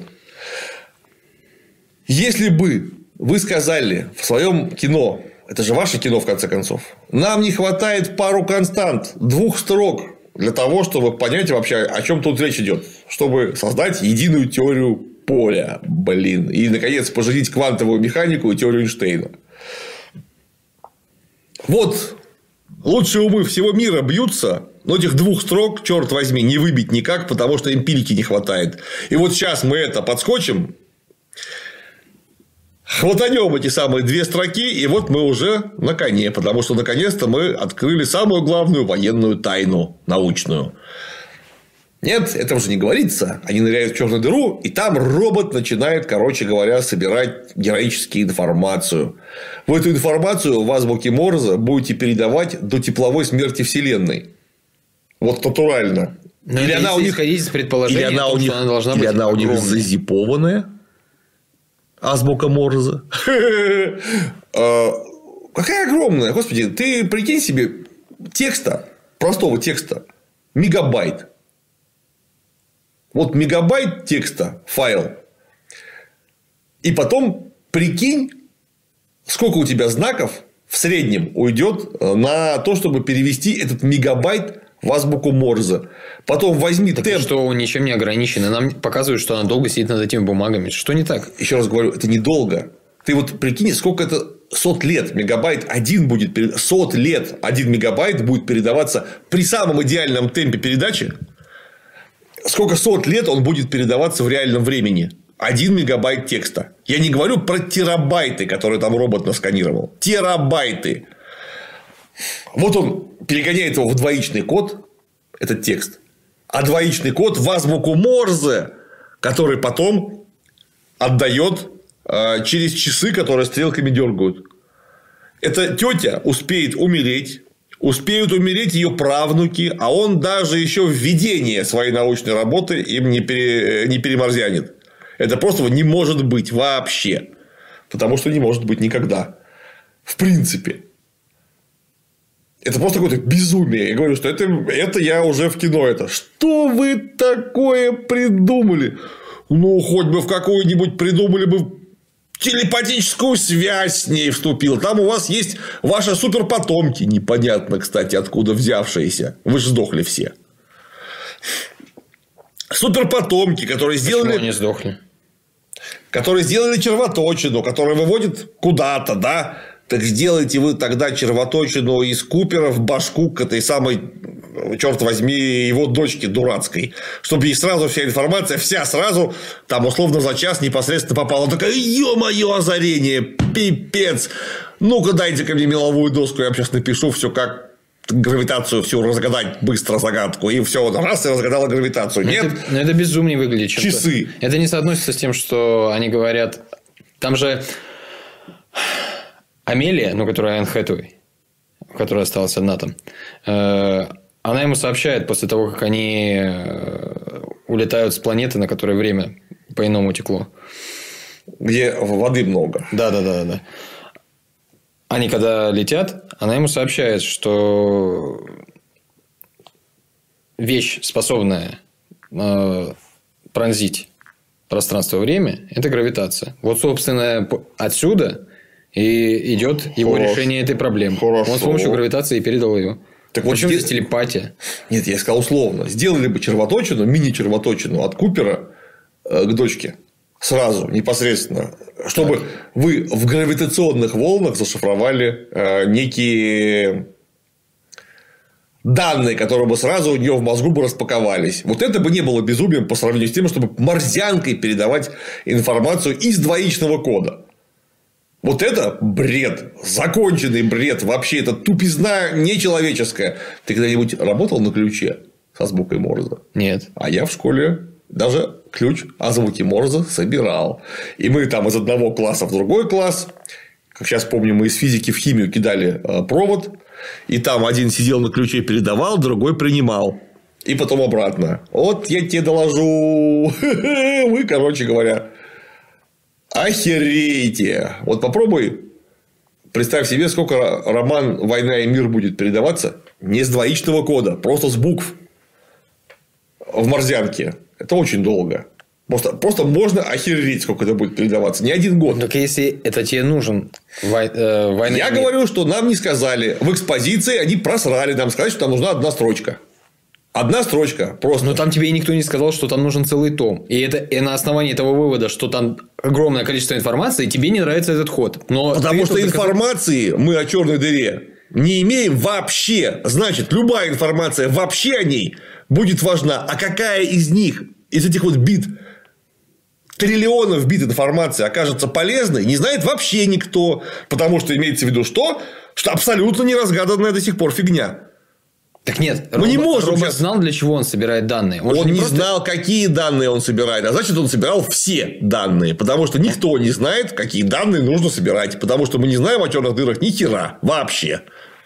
Если бы вы сказали в своем кино, это же ваше кино, в конце концов, нам не хватает пару констант, 2 строк для того, чтобы понять вообще, о чем тут речь идет, чтобы создать единую теорию поля, и, наконец, поженить квантовую механику и теорию Эйнштейна. Вот лучшие умы всего мира бьются, но этих 2 строк, черт возьми, не выбить никак, потому что эмпирики не хватает. И вот сейчас мы это подскочим, хватанем эти самые 2 строки, и вот мы уже на коне, потому что наконец-то мы открыли самую главную военную тайну научную. Нет, это уже не говорится. Они ныряют в черную дыру, и там робот начинает, собирать героическую информацию. Вы эту информацию в азбуке Морзе будете передавать до тепловой смерти Вселенной. Вот натурально. Но или она у них исходить из предположения, или она у них зазипованная. Азбука Морзе. Какая огромная. Господи, ты прикинь себе текста, простого текста, мегабайт. Вот мегабайт текста, файл. И потом прикинь, сколько у тебя знаков в среднем уйдет на то, чтобы перевести этот мегабайт в азбуку Морзе. Потом возьми темп. Что ничем не ограничено. Нам показывают, что она долго сидит над этими бумагами. Что не так? Еще раз говорю, это недолго. Ты вот прикинь, сколько это 100 лет. Мегабайт один будет 100 лет 1 мегабайт будет передаваться при самом идеальном темпе передачи. Сколько 100 лет он будет передаваться в реальном времени. 1 мегабайт текста. Я не говорю про терабайты, которые там робот насканировал. Терабайты. Вот он перегоняет его в двоичный код, этот текст. А двоичный код в азбуку Морзе, который потом отдает через часы, которые стрелками дергают. Эта тетя успеет умереть. Успеют умереть ее правнуки, а он даже еще введение своей научной работы им не переморзянет. Это просто не может быть вообще. Потому что не может быть никогда. В принципе. Это просто какое-то безумие. Я говорю, что это я уже в кино. Что вы такое придумали? Хоть бы в какую-нибудь придумали бы телепатическую связь с ней вступил. Там у вас есть ваши суперпотомки. Непонятно, кстати, откуда взявшиеся. Вы же сдохли все. Суперпотомки, которые сделали... Почему они сдохли? Которые сделали червоточину, которая выводит куда-то, да? Так сделайте вы тогда червоточину из Купера в башку к этой самой, черт возьми, его дочке дурацкой. Чтобы ей сразу вся информация, вся сразу, там условно за час непосредственно попала. Такая, ё-моё, озарение, пипец. Ну-ка, дайте ко мне меловую доску, я вам сейчас напишу все как гравитацию всю разгадать быстро загадку. И все, раз и разгадала гравитацию. Нет. Но это безумнее выглядит. Часы. Это не соотносится с тем, что они говорят. Там же Амелия, которая Энн Хэтэуэй, которая осталась одна там, она ему сообщает после того, как они улетают с планеты, на которой время по-иному текло. Где воды много. Да. Они когда летят, она ему сообщает, что вещь, способная пронзить пространство и время, это гравитация. Вот, собственно, отсюда И идет его решение этой проблемы. Хорошо. Он с помощью гравитации передал ее. Так Причем вот, здесь телепатия? Нет, я сказал условно. Сделали бы червоточину, мини-червоточину от Купера к дочке. Сразу, непосредственно. Чтобы вы в гравитационных волнах зашифровали некие данные, которые бы сразу у нее в мозгу бы распаковались. Вот это бы не было безумием по сравнению с тем, чтобы марсианкой передавать информацию из двоичного кода. Вот это бред. Законченный бред. Вообще, это тупизна нечеловеческая. Ты когда-нибудь работал на ключе с азбукой Морзе? Нет. А я в школе даже ключ азбуки Морзе собирал. И мы там из одного класса в другой класс. Как сейчас помню, мы из физики в химию кидали провод. И там один сидел на ключе, передавал, другой принимал. И потом обратно. Вот я тебе доложу. Вы, короче говоря, охереете. Вот попробуй. Представь себе, сколько роман «Война и мир» будет передаваться не с двоичного кода, просто с букв в морзянке. Это очень долго. Просто можно охереть, сколько это будет передаваться. Не один год. Так если это тебе нужен «Война Я говорю, что нам не сказали. В экспозиции они просрали нам сказать, что там нужна одна строчка. Одна строчка. Просто. Но там тебе никто не сказал, что там нужен целый том. И на основании этого вывода, что там огромное количество информации, тебе не нравится этот ход. Но потому что информации мы о черной дыре не имеем вообще. Значит, любая информация вообще о ней будет важна. А какая из них, из этих вот бит, триллионов бит информации окажется полезной, не знает вообще никто. Потому что имеется в виду что? Что абсолютно неразгаданная до сих пор фигня. Так нет, мы не можем робот сейчас... знал, для чего он собирает данные. Он не знал, какие данные он собирает. А значит, он собирал все данные. Потому что никто не знает, какие данные нужно собирать. Потому что мы не знаем о черных дырах ни хера вообще.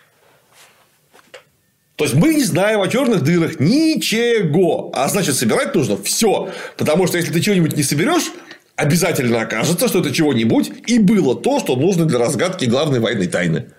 То есть мы не знаем о черных дырах ничего. А значит, собирать нужно все. Потому что если ты чего-нибудь не соберешь, обязательно окажется, что это чего-нибудь и было то, что нужно для разгадки главной военной тайны.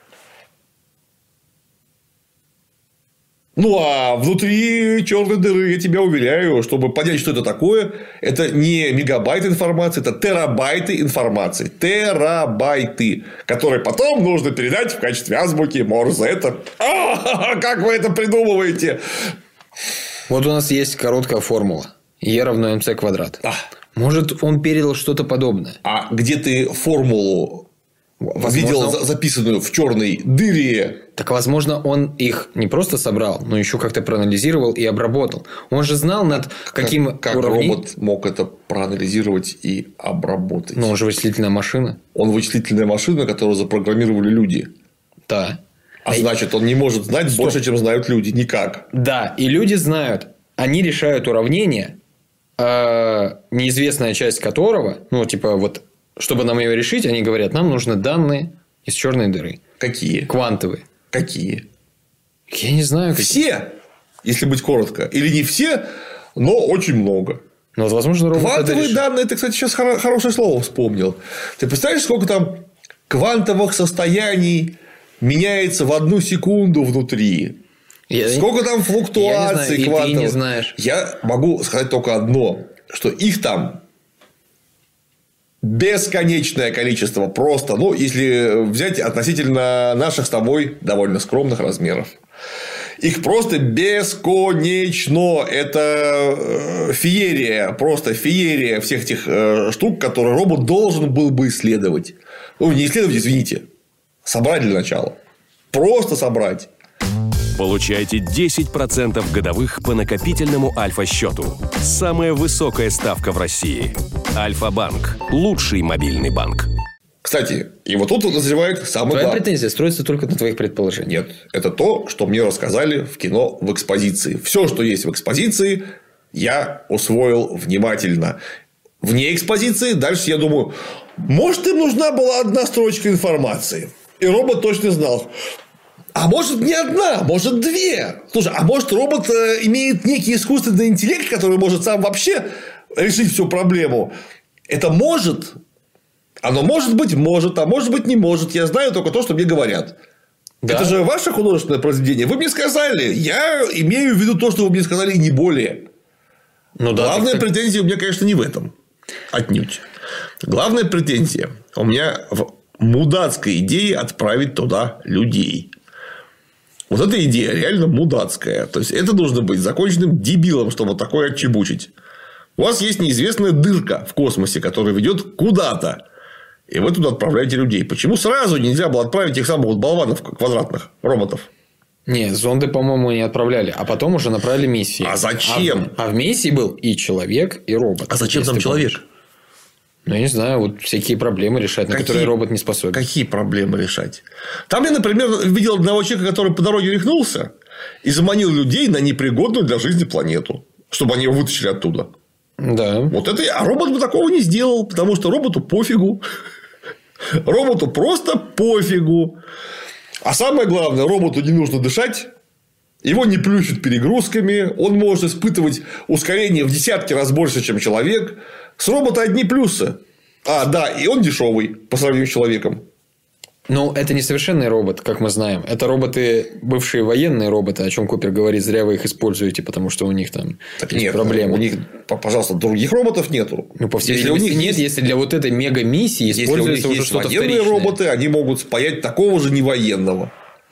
Ну, а внутри черной дыры, я тебя уверяю, чтобы понять, что это такое, это не мегабайт информации, это терабайты информации. Терабайты, которые потом нужно передать в качестве азбуки Морзе. Это... как вы это придумываете? Вот у нас есть короткая формула. Е равно МЦ квадрат. Может, он передал что-то подобное. А где ты формулу видел записанную в черной дыре? Так, возможно, он их не просто собрал, но еще как-то проанализировал и обработал. Он же знал, над каким как уровнем... робот мог это проанализировать и обработать? Но он же вычислительная машина. Он вычислительная машина, которую запрограммировали люди. Да. А значит, он не может знать больше, чем знают люди. Никак. Да. И люди знают. Они решают уравнение, неизвестная часть которого, ну, типа, вот, чтобы нам ее решить, они говорят, нам нужны данные из черной дыры. Какие? Квантовые. Какие? Я не знаю. Все, если быть коротко. Или не все, но очень много. Ну, вот, возможно, робот квантовые данные, ты, кстати, сейчас хорошее слово вспомнил. Ты представляешь, сколько там квантовых состояний меняется в 1 секунду внутри? Сколько там флуктуаций квантовых? Ты не знаешь. Я могу сказать только одно, что их там бесконечное количество. Просто, ну, если взять относительно наших с тобой довольно скромных размеров. Их просто бесконечно. Это феерия. Просто феерия всех этих штук, которые робот должен был бы исследовать. Ну, не исследовать, извините. Собрать для начала. Просто собрать. Получайте 10% годовых по накопительному Альфа-счету. Самая высокая ставка в России. Альфа-банк. Лучший мобильный банк. Кстати, и вот тут назревает самый главный... Твоя претензия строится только на твоих предположениях. Нет, это то, что мне рассказали в кино в экспозиции. Все, что есть в экспозиции, я усвоил внимательно. Вне экспозиции дальше я думаю, может, им нужна была одна строчка информации. И робот точно знал. А может, не одна, может, 2. Слушай, а может, робот имеет некий искусственный интеллект, который может сам вообще решить всю проблему. Это может. Оно может быть, может, а может быть, не может. Я знаю только то, что мне говорят. Да. Это же ваше художественное произведение. Вы мне сказали. Я имею в виду то, что вы мне сказали, и не более. Ну, да, главная претензия у меня, конечно, не в этом. Отнюдь. Главная претензия у меня мудацкая идея отправить туда людей. Вот эта идея реально мудацкая. То есть, это нужно быть законченным дебилом, чтобы такое отчебучить. У вас есть неизвестная дырка в космосе, которая ведет куда-то. И вы туда отправляете людей. Почему сразу нельзя было отправить тех самых вот болванов квадратных роботов? Не, зонды, по-моему, не отправляли. А потом уже направили миссии. А зачем? А в миссии был и человек, и робот. А зачем там человек? Помнишь. Ну, я не знаю, вот всякие проблемы решать, на которые робот не способен. Какие проблемы решать? Там я, например, видел одного человека, который по дороге рехнулся и заманил людей на непригодную для жизни планету, чтобы они его вытащили оттуда. Да. Вот это... А робот бы такого не сделал, потому что роботу пофигу. Роботу просто пофигу. А самое главное, роботу не нужно дышать. Его не плющат перегрузками. Он может испытывать ускорение в десятки раз больше, чем человек. С робота одни плюсы. А, да, и он дешевый по сравнению с человеком. Ну, это не совершенный робот, как мы знаем. Это роботы, бывшие военные роботы, о чем Купер говорит. Зря вы их используете, потому что у них там есть проблемы. У них, пожалуйста, других роботов нету. Ну, по всей видимости, нет, если для вот этой мега-миссии используется уже что-то вторичное. Военные роботы, они могут спаять такого же невоенного.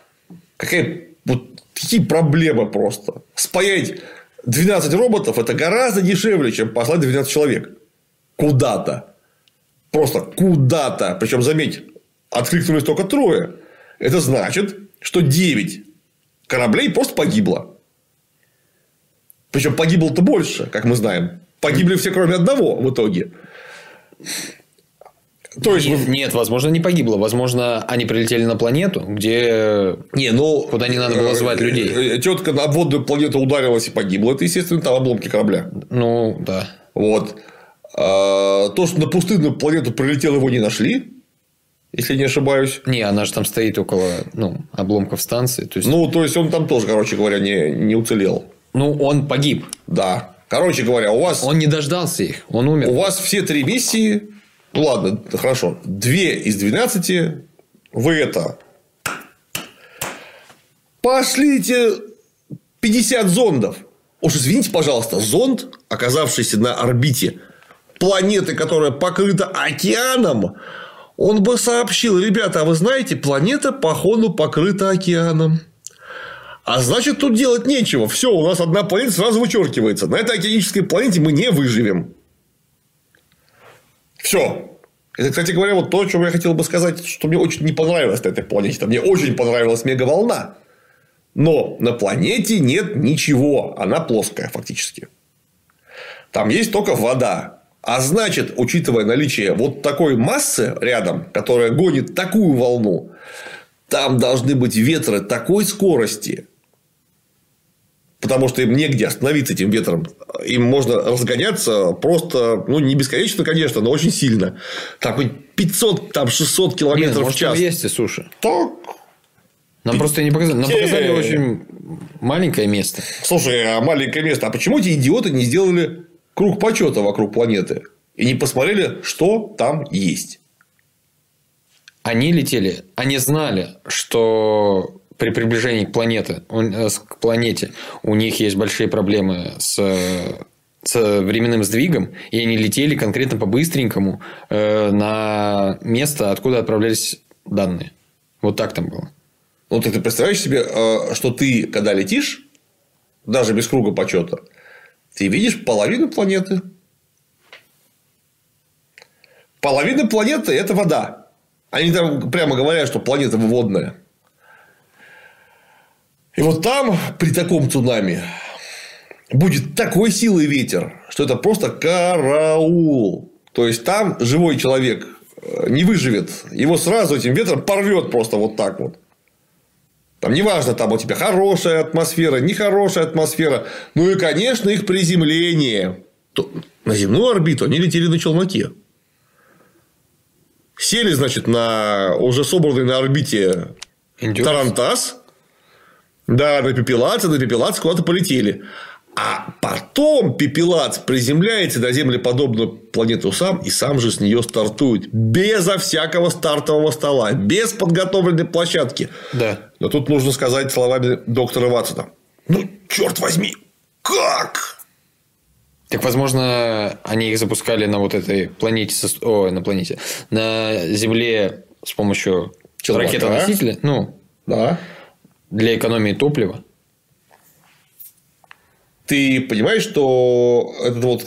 Какие проблемы просто. Спаять 12 роботов – это гораздо дешевле, чем послать 12 человек. Куда-то. Просто куда-то. Причем, заметь, откликнулись только 3. Это значит, что 9 кораблей просто погибло. Причем погибло-то больше, как мы знаем. Погибли все, кроме одного в итоге. То есть... Нет, возможно, не погибло. Возможно, они прилетели на планету, где... куда не надо было звать людей. Тетка на обводную планету ударилась и погибла. Это, естественно, там обломки корабля. Ну, да. Вот. То, что на пустынную планету прилетел, его не нашли. Если не ошибаюсь. Не, она же там стоит около обломков станции. То есть... то есть, он там тоже, короче говоря, не уцелел. Он погиб. Да. Короче говоря, у вас... Он не дождался их. Он умер. У вас все 3 миссии... Ну, ладно, хорошо. 2 из 12 вы это... Пошлите 50 зондов. Уж извините, пожалуйста, зонд, оказавшийся на орбите планеты, которая покрыта океаном, он бы сообщил: ребята, а вы знаете, планета походу покрыта океаном. А значит, тут делать нечего. Все, у нас одна планета сразу вычеркивается. На этой океанической планете мы не выживем. Все. Это, кстати говоря, вот то, о чем я хотел бы сказать, что мне очень не понравилось на этой планете. Мне очень понравилась мегаволна. Но на планете нет ничего. Она плоская, фактически. Там есть только вода. А значит, учитывая наличие вот такой массы рядом, которая гонит такую волну, там должны быть ветры такой скорости. Потому что им негде остановиться этим ветром. Им можно разгоняться просто, не бесконечно, конечно, но очень сильно. Там хоть 500, там 600 километров в час. Может, есть и суши. Так. Нам просто не показали. Нам показали очень маленькое место. Слушай, маленькое место. А почему эти идиоты не сделали круг почета вокруг планеты? И не посмотрели, что там есть? Они летели. Они знали, что... При приближении к планете у них есть большие проблемы с временным сдвигом, и они летели конкретно по-быстренькому на место, откуда отправлялись данные. Вот так там было. Ты представляешь себе, что ты, когда летишь, даже без круга почета, ты видишь половину планеты. Половина планеты – это вода. Они там прямо говорят, что планета водная. И вот там при таком цунами будет такой силой ветер, что это просто караул. То есть, там живой человек не выживет. Его сразу этим ветром порвет просто вот так вот. Там неважно, там у тебя хорошая атмосфера, нехорошая атмосфера. Ну и, конечно, их приземление. На земную орбиту они летели на челноке. Сели, значит, на уже собранный на орбите Тарантас. Да, на Пепелац куда-то полетели. А потом Пепелац приземляется на землеподобную планету сам, и сам же с нее стартует. Безо всякого стартового стола. Без подготовленной площадки. Да. Но тут нужно сказать словами доктора Ватсона. Черт возьми, как? Так, возможно, они их запускали на вот этой планете, на Земле с помощью Челнока. ракетоносителя, Да. для экономии топлива. Ты понимаешь, что этот вот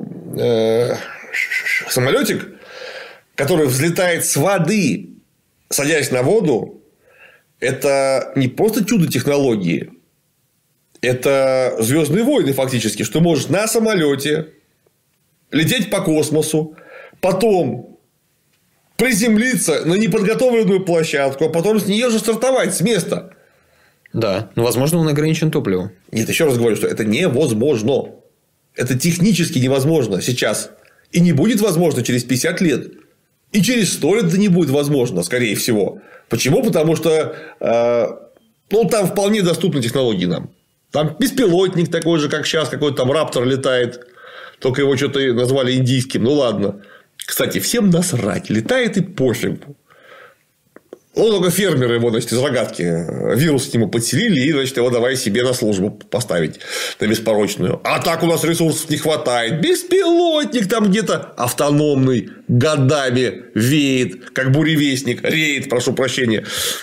самолетик, который взлетает с воды, садясь на воду, это не просто чудо технологии. Это «Звездные войны» фактически, что можешь на самолете лететь по космосу, потом приземлиться на неподготовленную площадку, а потом с нее же стартовать с места. Да, но, возможно, он ограничен топливом. Нет, еще раз говорю, что это невозможно. Это технически невозможно сейчас. И не будет возможно через 50 лет. И через 100 лет это не будет возможно, скорее всего. Почему? Потому что там вполне доступны технологии нам. Там беспилотник такой же, как сейчас, какой-то там Раптор летает. Только его что-то назвали индийским. Ну, ладно. Кстати, всем насрать. Летает и пофиг. Только фермеры его, значит, из рогатки вирус к нему подселили, и, значит, его давай себе на службу поставить на беспорочную. А так у нас ресурсов не хватает. Беспилотник там где-то автономный годами веет, как буревестник, реет, прошу прощения.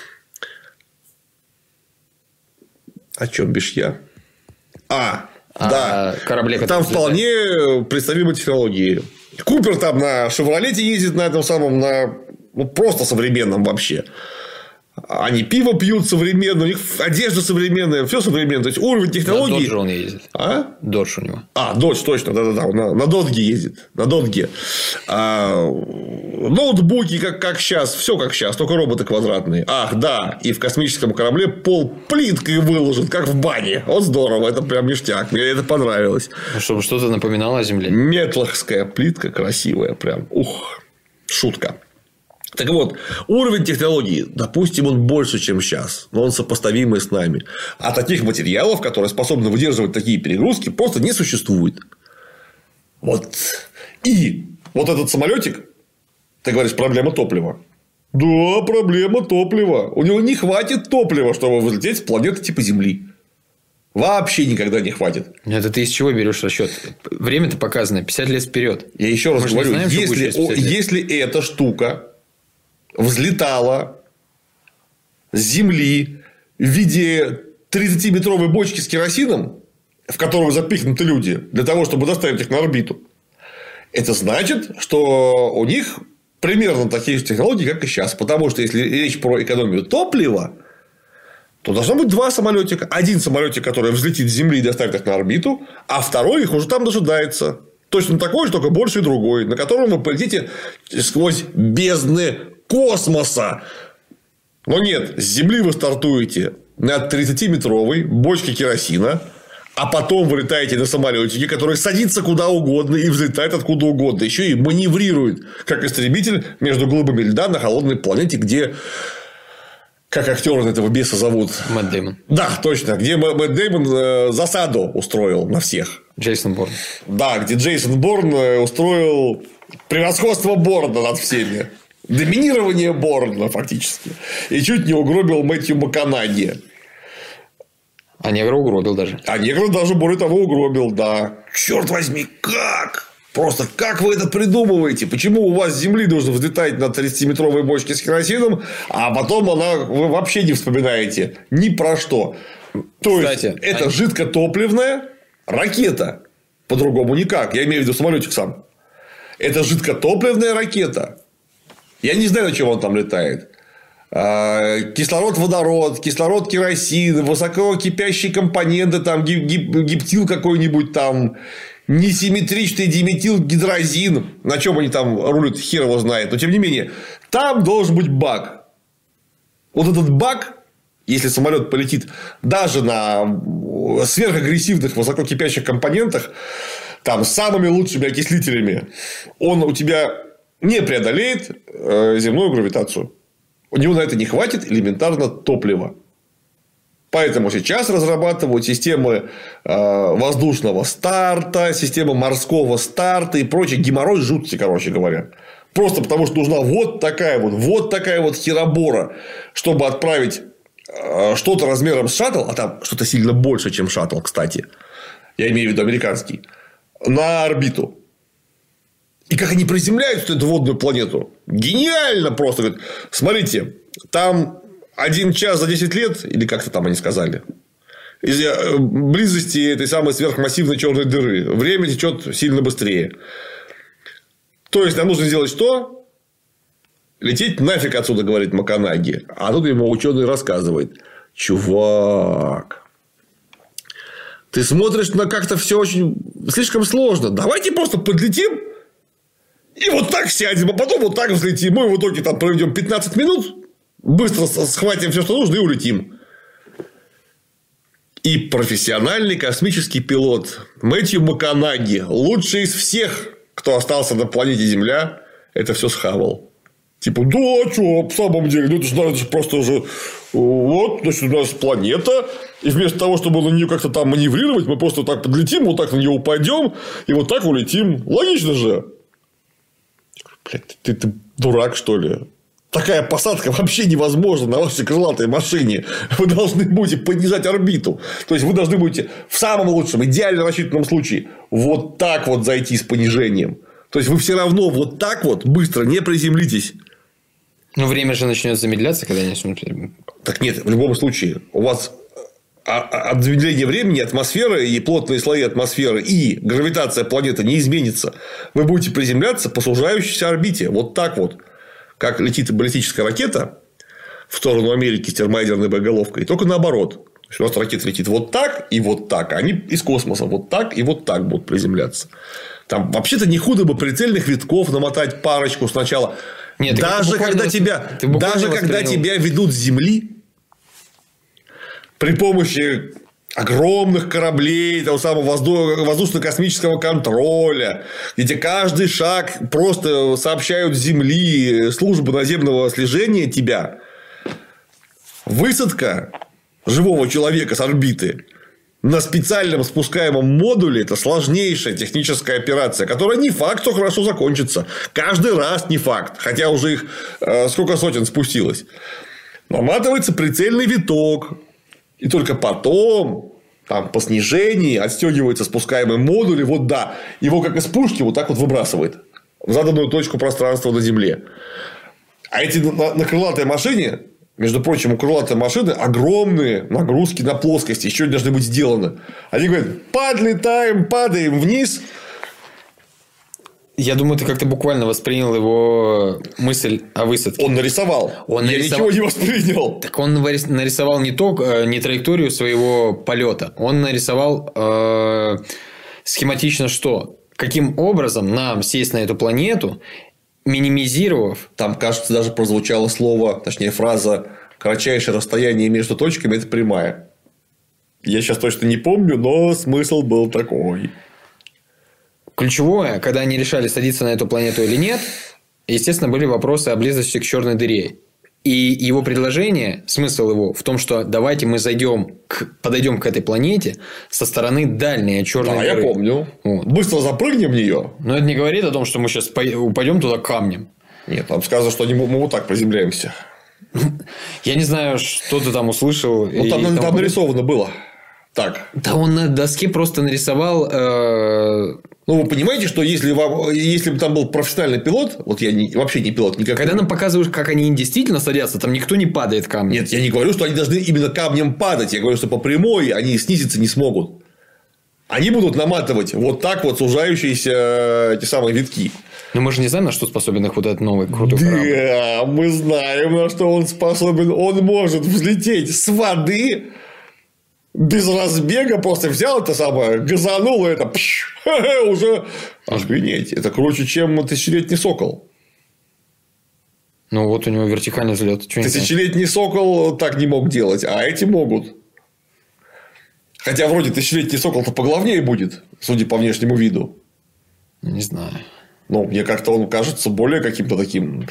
О чем бишь я? Да. Корабли, там вполне представимые технологии. Купер там на «Шевролете» ездит, на этом самом, просто современном вообще. Они пиво пьют современно, у них одежда современная, все современное. То есть уровень технологий. На Додже он ездит. Додж у него. Додж, точно, да. На Додге ездит. На Додге. Ноутбуки, как сейчас, все как сейчас, только роботы квадратные. Да, и в космическом корабле пол плиткой выложен, как в бане. Вот здорово, это прям ништяк. Мне это понравилось. Чтобы что-то напоминало о Земле. Метлахская плитка красивая, прям. Шутка. Так вот, уровень технологий, допустим, он больше, чем сейчас, но он сопоставимый с нами. А таких материалов, которые способны выдерживать такие перегрузки, просто не существует. И вот этот самолетик, ты говоришь, проблема топлива. Да, проблема топлива. У него не хватит топлива, чтобы взлететь с планеты типа Земли. Вообще никогда не хватит. Это ты из чего берешь расчет? Время-то показано 50 лет вперед. Я еще раз говорю, если эта штука взлетала с Земли в виде 30-метровой бочки с керосином, в которую запихнуты люди, для того, чтобы доставить их на орбиту, это значит, что у них примерно такие же технологии, как и сейчас. Потому что если речь про экономию топлива, то должно быть два самолетика. Один самолетик, который взлетит с Земли и доставит их на орбиту, а второй их уже там дожидается. Точно такой же, только больше и другой, на котором вы полетите сквозь бездны космоса. Но нет, с Земли вы стартуете на 30-метровой бочке керосина, а потом вы летаете на самолетике, который садится куда угодно и взлетает откуда угодно. Еще и маневрирует, как истребитель между глыбами льда на холодной планете, где... Как актера этого беса зовут? Мэтт Дэймон. Да, точно. Где Мэтт Дэймон засаду устроил на всех. Джейсон Борн. Да, где Джейсон Борн устроил превосходство Борна над всеми. Доминирование Борна, фактически. И чуть не угробил Мэтью МакКонахи. А негра угробил даже. А негра даже, более того, угробил, да. Черт возьми, как? Просто как вы это придумываете? Почему у вас с Земли нужно взлетать на 30-метровой бочке с керосином, а потом вы вообще не вспоминаете ни про что? То есть, это жидкотопливная ракета. По-другому никак. Я имею в виду самолетик сам. Это жидкотопливная ракета. Я не знаю, на чем он там летает. Кислород, водород, кислород, керосин, высококипящие компоненты, там гептил какой-нибудь там. Несимметричный диметилгидрозин. На чем они там рулят, хер его знает. Но тем не менее, там должен быть бак. Вот этот бак, если самолет полетит даже на сверхагрессивных высококипящих компонентах, там с самыми лучшими окислителями, он у тебя не преодолеет земную гравитацию. У него на это не хватит элементарно топлива. Поэтому сейчас разрабатывают системы воздушного старта, системы морского старта и прочий геморрой жуткий, короче говоря. Просто потому, что нужна вот такая вот херобора, чтобы отправить что-то размером с шаттл, а там что-то сильно больше, чем шаттл, кстати. Я имею в виду американский. На орбиту. И как они приземляются на эту водную планету. Гениально просто. Говорят, смотрите, там 1 час за 10 лет, или как-то там они сказали, из-за близости этой самой сверхмассивной черной дыры время течет сильно быстрее. То есть, нам нужно сделать что? Лететь нафиг отсюда, говорит Маканаги. А тут ему ученый рассказывает. Чувак, ты смотришь на как-то все очень слишком сложно. Давайте просто подлетим и вот так сядем, а потом вот так взлетим. Мы в итоге там проведем 15 минут, быстро схватим все, что нужно, и улетим. И профессиональный космический пилот Мэтью Маканаги, лучший из всех, кто остался на планете Земля, это все схавал. Типа, да, а что, в самом деле, ну, это же просто же, вот, значит, у нас планета, и вместо того, чтобы на нее как-то там маневрировать, мы просто так подлетим, вот так на нее упадем, и вот так улетим. Логично же. Блядь, ты дурак, что ли? Такая посадка вообще невозможна на вашей крылатой машине. Вы должны будете понижать орбиту. То есть, вы должны будете в самом лучшем, идеально рассчитанном случае вот так вот зайти с понижением. То есть, вы все равно вот так вот быстро не приземлитесь. Ну, время же начнет замедляться, когда начнут. Так нет, в любом случае, у вас от замедления времени атмосфера и плотные слои атмосферы и гравитация планеты не изменится. Вы будете приземляться по сужающейся орбите. Вот так вот. Как летит баллистическая ракета в сторону Америки с термоядерной боеголовкой. Только наоборот. У нас ракета летит вот так и вот так. А они из космоса вот так и вот так будут приземляться. Там вообще-то не худо бы прицельных витков намотать парочку сначала. Нет, даже когда тебя ведут с Земли при помощи огромных кораблей, того самого воздушно-космического контроля, где каждый шаг просто сообщают с Земли службы наземного слежения тебя, высадка живого человека с орбиты на специальном спускаемом модуле – это сложнейшая техническая операция, которая не факт, что хорошо закончится. Каждый раз не факт. Хотя уже их сколько сотен спустилось. Наматывается прицельный виток. И только потом, там, по снижении, отстегивается спускаемый модуль. И вот да, его как из пушки вот так вот выбрасывает в заданную точку пространства на Земле. А эти на крылатой машине... Между прочим, у крылатой машины огромные нагрузки на плоскости еще должны быть сделаны. Они говорят, падаем вниз. Я думаю, ты как-то буквально воспринял его мысль о высадке. Он нарисовал. Я ничего не воспринял. Так он нарисовал не траекторию своего полета. Он нарисовал схематично что? Каким образом нам сесть на эту планету, минимизировав. Там, кажется, даже прозвучало слово, точнее, фраза «кратчайшее расстояние между точками – это прямая». Я сейчас точно не помню, но смысл был такой. Ключевое, когда они решали, садиться на эту планету или нет, естественно, были вопросы о близости к черной дыре. И его предложение, смысл его в том, что давайте мы подойдем к этой планете со стороны дальней от черной дыры. Да, я помню. Вот. Быстро запрыгнем в нее. Но это не говорит о том, что мы сейчас упадем туда камнем. Нет, там сказано, что мы вот так приземляемся. Я не знаю, что ты там услышал. Ну, там нарисовано было. Так. Да он на доске просто нарисовал. Ну, вы понимаете, что если бы там был профессиональный пилот, вот я вообще не пилот никакой. Когда нам показывают, как они действительно садятся, там никто не падает камнем. Нет, я не говорю, что они должны именно камнем падать. Я говорю, что по прямой они снизиться не смогут. Они будут наматывать вот так вот сужающиеся эти самые витки. Но мы же не знаем, на что способен их вот этот новый крутой корабль. Да, мы знаем, на что он способен. Он может взлететь с воды без разбега, просто взял это самое, газанул, и это уже охренеть. Это круче, чем тысячелетний сокол. Ну, вот у него вертикальный взлет. Тысячелетний сокол так не мог делать, а эти могут. Хотя, вроде, тысячелетний сокол-то поглавнее будет, судя по внешнему виду. Не знаю. Ну, мне как-то он кажется более каким-то таким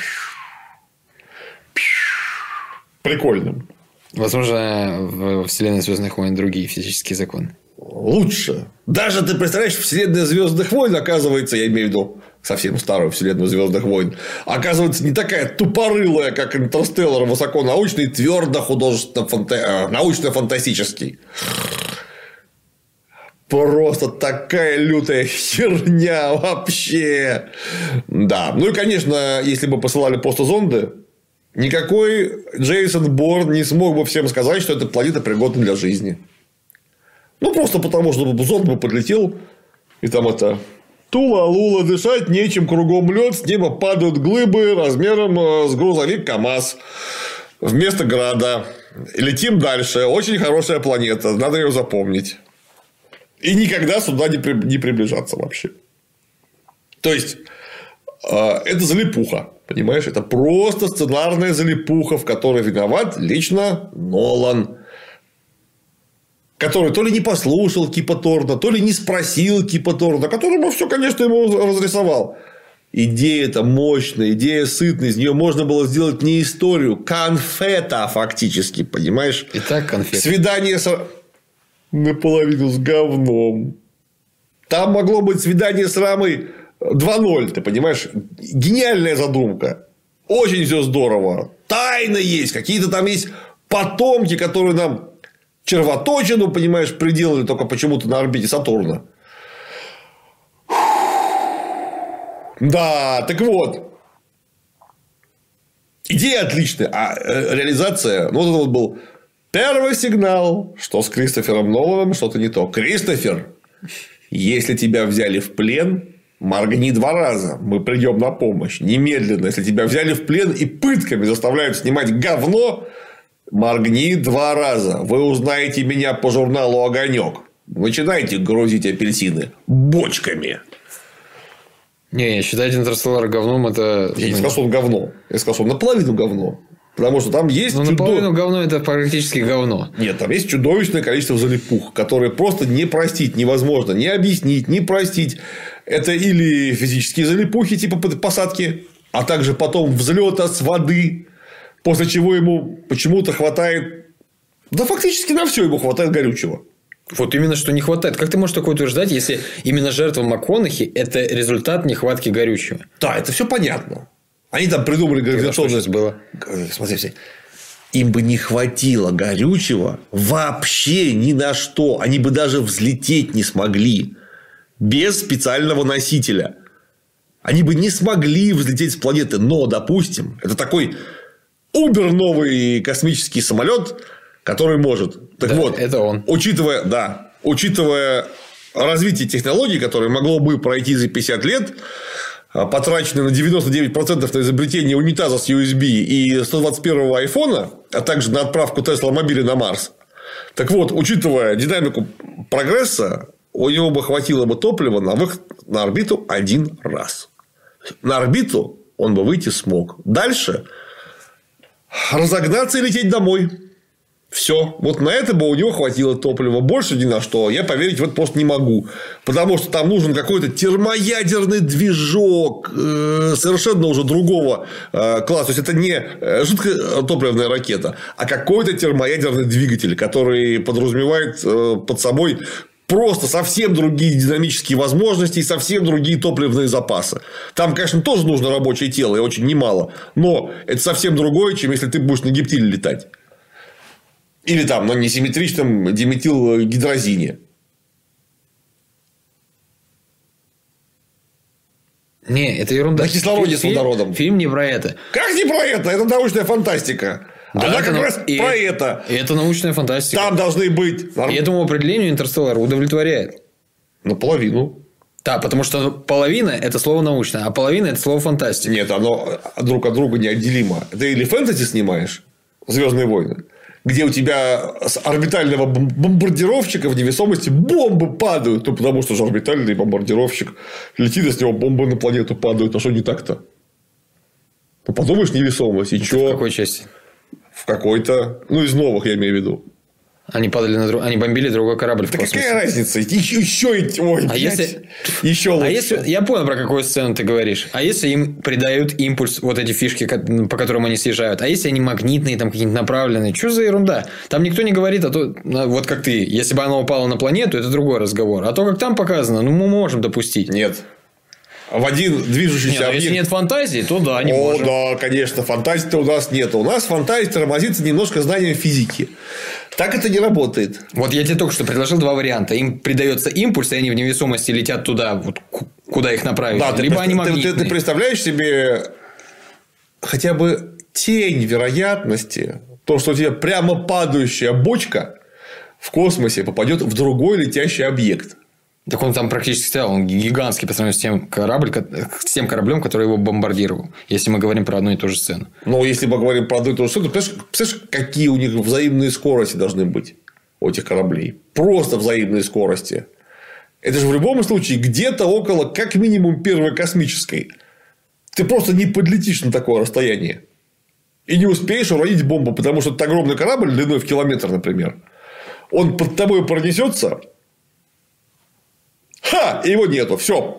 прикольным. Возможно, в вселенной Звездных войн другие физические законы. Лучше. Даже ты представляешь, вселенная Звездных войн, оказывается, я имею в виду совсем старую вселенную Звездных войн, оказывается, не такая тупорылая, как Интерстеллар, высоконаучный, твердо художественно научно-фантастический. Просто такая лютая херня вообще. Да. Ну и, конечно, если бы посылали просто зонды, никакой Джейсон Борн не смог бы всем сказать, что эта планета пригодна для жизни. Ну, просто потому, что зонд бы подлетел, и там это... Тула-лула, дышать нечем, кругом лед, с неба падают глыбы размером с грузовик КамАЗ. Вместо города. Летим дальше. Очень хорошая планета. Надо ее запомнить. И никогда сюда не приближаться вообще. То есть, это залипуха. Понимаешь? Это просто сценарная залипуха, в которой виноват лично Нолан. Который то ли не послушал Кипа Торна, то ли не спросил Кипа Торна, который бы все, конечно, ему разрисовал. Идея-то мощная, идея сытная. Из нее можно было сделать не историю, конфета фактически, понимаешь? Итак, конфета. Свидание наполовину с говном. Там могло быть свидание с Рамой 2.0, ты понимаешь? Гениальная задумка. Очень все здорово. Тайна есть. Какие-то там есть потомки, которые нам червоточину, понимаешь, приделали только почему-то на орбите Сатурна. Да, так вот. Идея отличная, а реализация... Ну, вот это вот был первый сигнал, что с Кристофером Ноланом что-то не то. Кристофер, если тебя взяли в плен, моргни 2 раза. Мы придем на помощь. Немедленно. Если тебя взяли в плен и пытками заставляют снимать говно, моргни 2 раза. Вы узнаете меня по журналу «Огонек». Начинайте грузить апельсины бочками. Не, считать «Интерстеллар» говном, это... Я не сказал, что он говно. Я сказал, что он наполовину говно. Потому что там есть... Ну, наполовину говно – это практически говно. Нет, там есть чудовищное количество залипух, которые просто не простить невозможно. Не объяснить, не простить. Это или физические залипухи, типа посадки, а также потом взлета с воды, после чего ему почему-то хватает... Да, фактически на все ему хватает горючего. Вот именно что не хватает. Как ты можешь такое утверждать, если именно жертва МакКонахи – это результат нехватки горючего? Да, это все понятно. Они там придумали гравитационное... было. Смотрите, им бы не хватило горючего вообще ни на что. Они бы даже взлететь не смогли без специального носителя. Они бы не смогли взлететь с планеты. Но, допустим, это такой убер новый космический самолет, который может. Так да, вот, это он. Учитывая развитие технологий, которое могло бы пройти за 50 лет, потрачены на 99% на изобретение унитаза с USB и 121-го айфона, а также на отправку Tesla мобиля на Марс. Так вот, учитывая динамику прогресса, у него бы хватило бы топлива на выход на орбиту 1 раз. На орбиту он бы выйти смог. Дальше разогнаться и лететь домой. Все. Вот на это бы у него хватило топлива. Больше ни на что. Я поверить в это просто не могу. Потому что там нужен какой-то термоядерный движок. Совершенно уже другого класса. То есть, это не жидкотопливная ракета, а какой-то термоядерный двигатель, который подразумевает под собой просто совсем другие динамические возможности и совсем другие топливные запасы. Там, конечно, тоже нужно рабочее тело, и очень немало. Но это совсем другое, чем если ты будешь на гептиле летать. Или там на несимметричном диметилгидрозине. Не, это ерунда. На кислороде с водородом. Фильм не про это. Как не про это? Это научная фантастика. Да, она как раз про это. И это научная фантастика. Там должны быть... И этому определению «Интерстеллар» удовлетворяет. Наполовину. Да, потому что половина – это слово научное, а половина – это слово фантастика. Нет, оно друг от друга неотделимо. Ты или фэнтези снимаешь, «Звездные войны», где у тебя с орбитального бомбардировщика в невесомости бомбы падают. Ну, потому что же орбитальный бомбардировщик летит, и с него бомбы на планету падают. А что не так-то? Ну, подумаешь, невесомость. И что? В какой части? В какой-то. Ну, из новых, я имею в виду. Они падали они бомбили другой корабль в да космосе. Какая разница? Ой, еще лучше. А если... Я понял, про какую сцену ты говоришь. А если им придают импульс вот эти фишки, по которым они съезжают? А если они магнитные, там какие-нибудь направленные? Что за ерунда? Там никто не говорит, вот как ты. Если бы оно упало на планету, это другой разговор. А то, как там показано, ну, мы можем допустить. Нет. В один движущийся объект... Если нет фантазии, то да, не можем. Да, конечно. Фантазии-то у нас нет. У нас фантазия тормозится немножко знанием физики. Так это не работает. Вот я тебе только что предложил два варианта. Им придается импульс, и они в невесомости летят туда, вот, куда их направить. Да, либо они магнитные. Ты представляешь себе хотя бы тень вероятности, то, что у тебя прямо падающая бочка в космосе попадет в другой летящий объект. Так он там практически стоял, он гигантский по сравнению с тем кораблем, который его бомбардировал. Если мы говорим про одну и ту же сцену. Но если мы говорим про одну и ту же сцену, представляешь, какие у них взаимные скорости должны быть у этих кораблей? Просто взаимные скорости. Это же в любом случае где-то около, как минимум, первой космической. Ты просто не подлетишь на такое расстояние. И не успеешь уронить бомбу, потому что это огромный корабль длиной в километр, например. Он под тобой пронесется. Ха! И его нету. Все.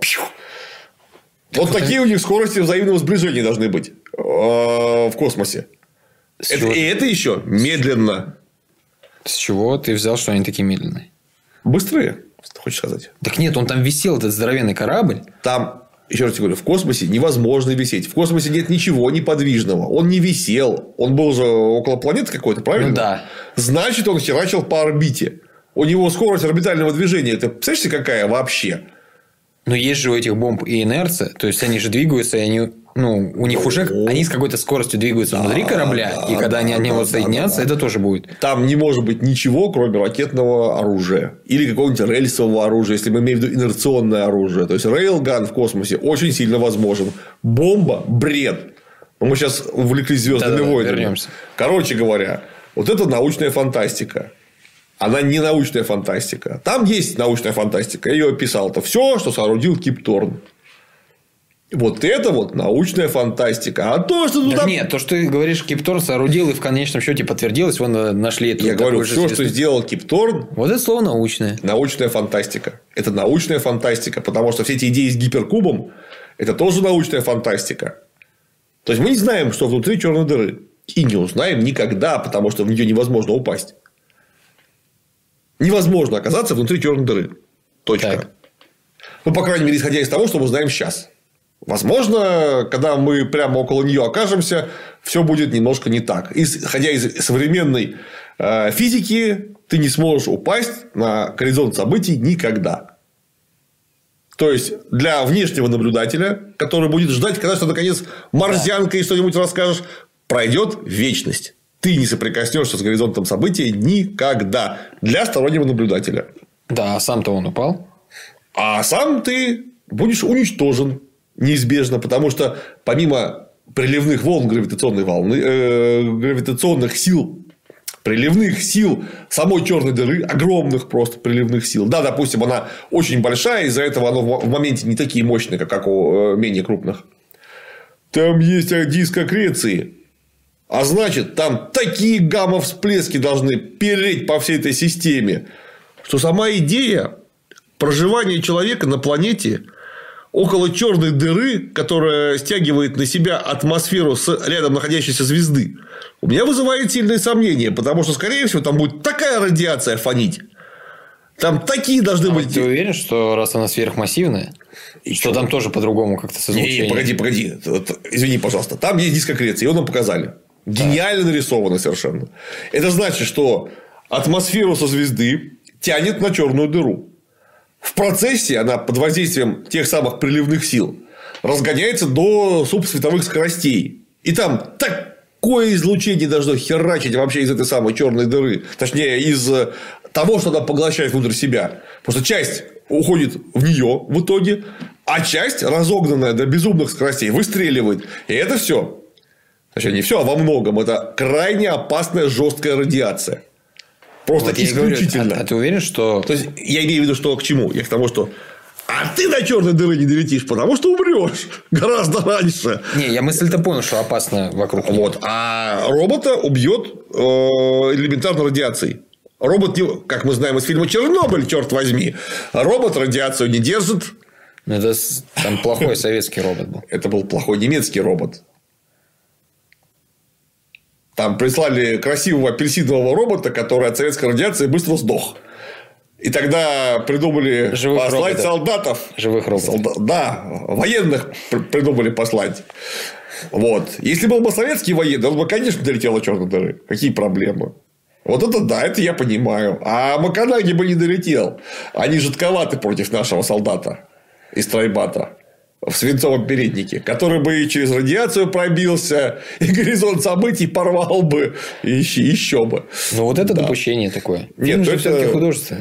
Вот такие у них скорости взаимного сближения должны быть в космосе. И это еще медленно. С чего ты взял, что они такие медленные? Быстрые, что хочешь сказать? Так нет, он там висел, этот здоровенный корабль. Там, еще раз тебе говорю, в космосе невозможно висеть. В космосе нет ничего неподвижного. Он не висел. Он был же около планеты какой-то, правильно? Ну да. Значит, он херачил по орбите. У него скорость орбитального движения. Ты представляешь себе, какая вообще? Но есть же у этих бомб и инерция. То есть, они же двигаются, и они... Ну, у них уже... Они с какой-то скоростью двигаются внутри корабля. И когда они от него соединятся, это тоже будет. Там не может быть ничего, кроме ракетного оружия. Или какого-нибудь рельсового оружия, если мы имеем в виду инерционное оружие. То есть, рейлган в космосе очень сильно возможен. Бомба – бред. Но мы сейчас увлеклись звездными войнами. Вернемся. Короче говоря, вот это научная фантастика. Она не научная фантастика. Там есть научная фантастика. Я ее описал. Это все, что соорудил Кип Торн. Вот это вот научная фантастика. А то, что туда... Нет, то, что ты говоришь, Кип Торн соорудил, и в конечном счете подтвердилось, вон нашли это. Я говорю, все, что сделал Кип Торн. Вот это слово научное. Научная фантастика. Это научная фантастика. Потому что все эти идеи с гиперкубом это тоже научная фантастика. То есть мы не знаем, что внутри черной дыры. И не узнаем никогда, потому что в нее невозможно упасть. Невозможно оказаться внутри черной дыры. Точка. Так. Ну, по крайней мере, исходя из того, что мы знаем сейчас. Возможно, когда мы прямо около нее окажемся, все будет немножко не так. Исходя из современной физики, ты не сможешь упасть на горизонт событий никогда. То есть, для внешнего наблюдателя, который будет ждать, когда что наконец марсианка и что-нибудь расскажешь, пройдет вечность. Ты не соприкоснешься с горизонтом событий никогда. Для стороннего наблюдателя. Да, а сам-то он упал. А сам ты будешь уничтожен неизбежно. Потому что помимо приливных волн гравитационной волны, гравитационных сил, приливных сил самой черной дыры, огромных просто приливных сил. Да, допустим, она очень большая, из-за этого она в моменте не такие мощные, как у менее крупных. Там есть диск аккреции. А значит, там такие гамма-всплески должны переть по всей этой системе, что сама идея проживания человека на планете около черной дыры, которая стягивает на себя атмосферу с рядом находящейся звезды, у меня вызывает сильные сомнения, потому что, скорее всего, там будет такая радиация фонить. Там такие должны быть... Ты уверен, что раз она сверхмассивная, и что там тоже по-другому как-то с излучением? Погоди. Извини, пожалуйста. Там есть диск аккреции, его нам показали. Гениально нарисовано совершенно. Это значит, что атмосферу со звезды тянет на черную дыру. В процессе она под воздействием тех самых приливных сил разгоняется до субсветовых скоростей. И там такое излучение должно херачить вообще из этой самой черной дыры. Точнее, из того, что она поглощает внутрь себя. Потому что часть уходит в нее в итоге, а часть, разогнанная до безумных скоростей, выстреливает. И это все. Точнее, не все, а во многом. Это крайне опасная жесткая радиация. Просто вот исключительно. Говорю, а ты уверен, что... То есть, я имею в виду, что к чему? Я к тому, что... А ты до черной дыры не долетишь, потому что умрешь гораздо раньше. Не, я мысль-то понял, что опасно вокруг. Вот. А робота убьет элементарно радиацией. Робот, как мы знаем из фильма «Чернобыль», черт возьми, робот радиацию не держит. Это там плохой советский робот был. Это был плохой немецкий робот. Там прислали красивого апельсинового робота, который от советской радиации быстро сдох. И тогда придумали послать солдатов. Живых роботов. Да, военных придумали послать. Вот. Если был бы советский военный, он бы, конечно, долетел до черной дыры. Какие проблемы? Вот это да, это я понимаю. А Маканаги бы не долетел. Они жидковаты против нашего солдата из Трайбата в свинцовом переднике, который бы и через радиацию пробился, и горизонт событий порвал бы, и еще бы. Ну, вот это допущение такое. Нет, же это все-таки художественный.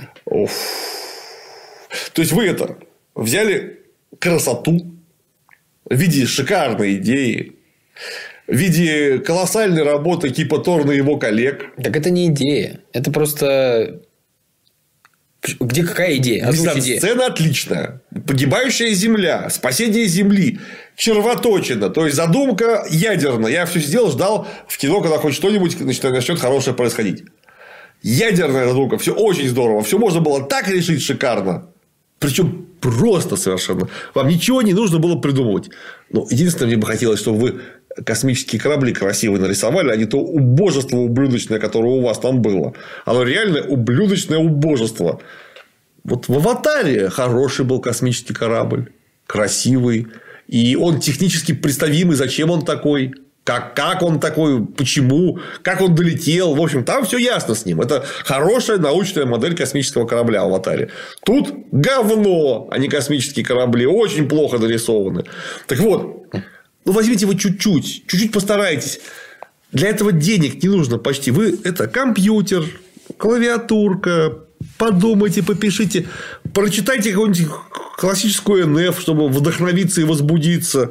То есть, вы это взяли красоту в виде шикарной идеи, в виде колоссальной работы типа Торна и его коллег. Так это не идея. Это просто... Где какая идея? Сцена отличная. Погибающая земля, спасение земли, червоточина. То есть, задумка ядерная. Я все сидел, ждал в кино, когда хоть что-нибудь начнет хорошее происходить. Ядерная задумка. Все очень здорово. Все можно было так решить шикарно. Причем просто совершенно. Вам ничего не нужно было придумывать. Но единственное, мне бы хотелось, чтобы вы космические корабли красиво нарисовали, а не то убожество ублюдочное, которое у вас там было. Оно реально ублюдочное убожество. Вот в «Аватаре» хороший был космический корабль. Красивый. И он технически представимый. Зачем он такой? Как он такой? Почему? Как он долетел? В общем, там все ясно с ним. Это хорошая научная модель космического корабля в «Аватаре». Тут говно, а не космические корабли. Очень плохо нарисованы. Так вот. Ну, возьмите вы чуть-чуть постарайтесь. Для этого денег не нужно почти. Вы это компьютер, клавиатурка. Подумайте, попишите. Прочитайте какую-нибудь классическую НФ, чтобы вдохновиться и возбудиться.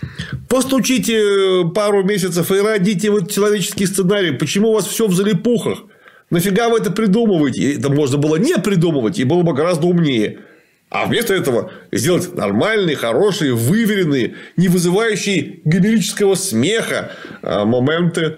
Постучите пару месяцев и родите вот человеческий сценарий. Почему у вас все в залипухах? Нафига вы это придумываете? Это можно было не придумывать, и было бы гораздо умнее. А вместо этого сделать нормальные, хорошие, выверенные, не вызывающие гомерического смеха моменты.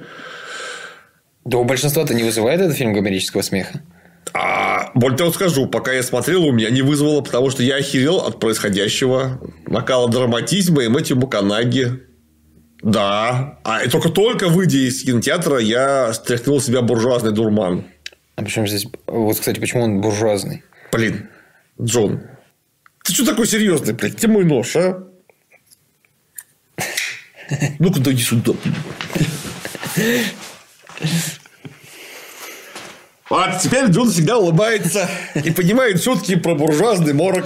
Да у большинства-то не вызывает этот фильм гомерического смеха. Более того скажу, пока я смотрел, у меня не вызвало, потому что я охерел от происходящего. Накала драматизма и Мэтью Макконахи. Да. А только выйдя из кинотеатра, я стряхнул с себя буржуазный дурман. А почему здесь... Вот, кстати, почему он буржуазный? Блин, Джон, ты что такой серьезный, блядь? Где мой нож, а? Ну-ка, дай сюда. Вот теперь Джон всегда улыбается и понимает шутки про буржуазный морок.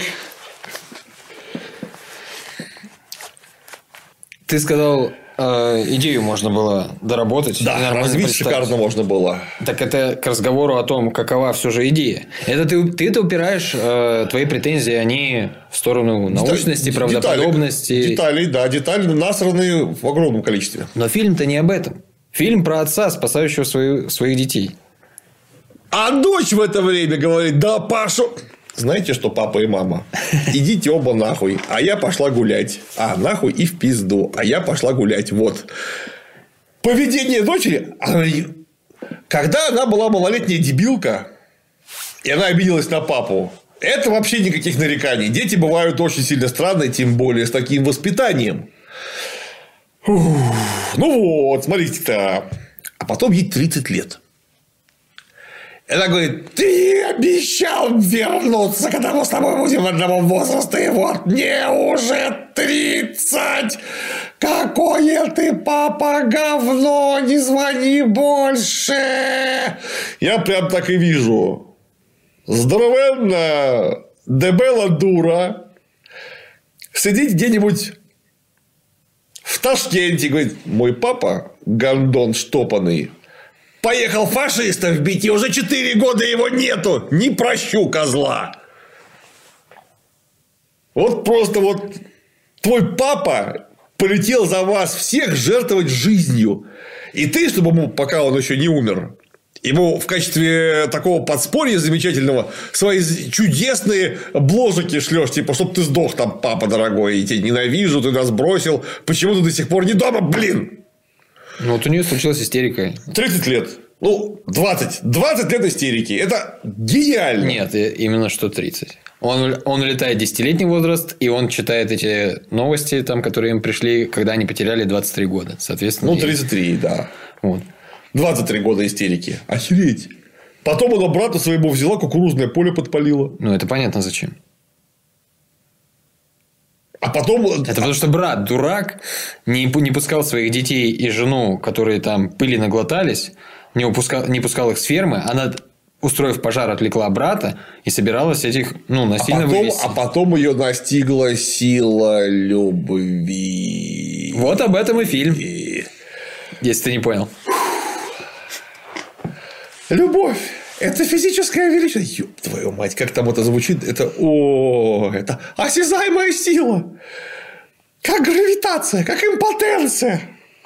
Ты сказал, идею можно было доработать. Да, развить шикарно можно было. Так это к разговору о том, какова все же идея. Это ты упираешь твои претензии, они в сторону научности, правдоподобности. Детали насраны в огромном количестве. Но фильм-то не об этом. Фильм про отца, спасающего своих детей. А дочь в это время говорит: да пошел. Знаете что, папа и мама? Идите оба нахуй. А я пошла гулять. Нахуй и в пизду. А я пошла гулять. Вот. Поведение дочери. Когда она была малолетняя дебилка, и она обиделась на папу, это вообще никаких нареканий. Дети бывают очень сильно странные, тем более с таким воспитанием. Ну вот, смотрите-то. А потом ей 30 лет. И она говорит: ты обещал вернуться, когда мы с тобой будем одного возраста. И вот мне уже 30. Какое ты, папа, говно. Не звони больше. Я прям так и вижу. Здоровенная дебела дура сидит где-нибудь в Ташкенте. Говорит: мой папа, гондон штопанный, поехал фашистов бить, и уже 4 года его нету. Не прощу, козла. Вот просто вот твой папа полетел за вас всех жертвовать жизнью. И ты, чтобы ему, пока он еще не умер, ему в качестве такого подспорья замечательного свои чудесные бложики шлешь, типа: чтоб ты сдох там, папа дорогой, я тебя ненавижу, ты нас бросил, почему ты до сих пор не дома, блин? Ну, вот у нее случилась истерика. 30 лет. Ну, 20 лет истерики. Это гениально. Нет, именно что 30. Он летает 10-летний возраст, и он читает эти новости, там, которые им пришли, когда они потеряли 23 года. Соответственно, 33, да. Вот. 23 года истерики. Охереть. Потом она брату своему взяла, кукурузное поле подпалила. Ну, это понятно зачем. А потом... Это потому что брат дурак, не пускал своих детей и жену, которые там пыли наглотались, не пускал их с фермы. Она, устроив пожар, отвлекла брата и собиралась этих насильно вывести. А потом ее настигла сила любви. Вот об этом и фильм. Если ты не понял. Любовь. Это физическая величина. Ёб твою мать, как там это звучит? Это осязаемая сила. Как гравитация, как импотенция.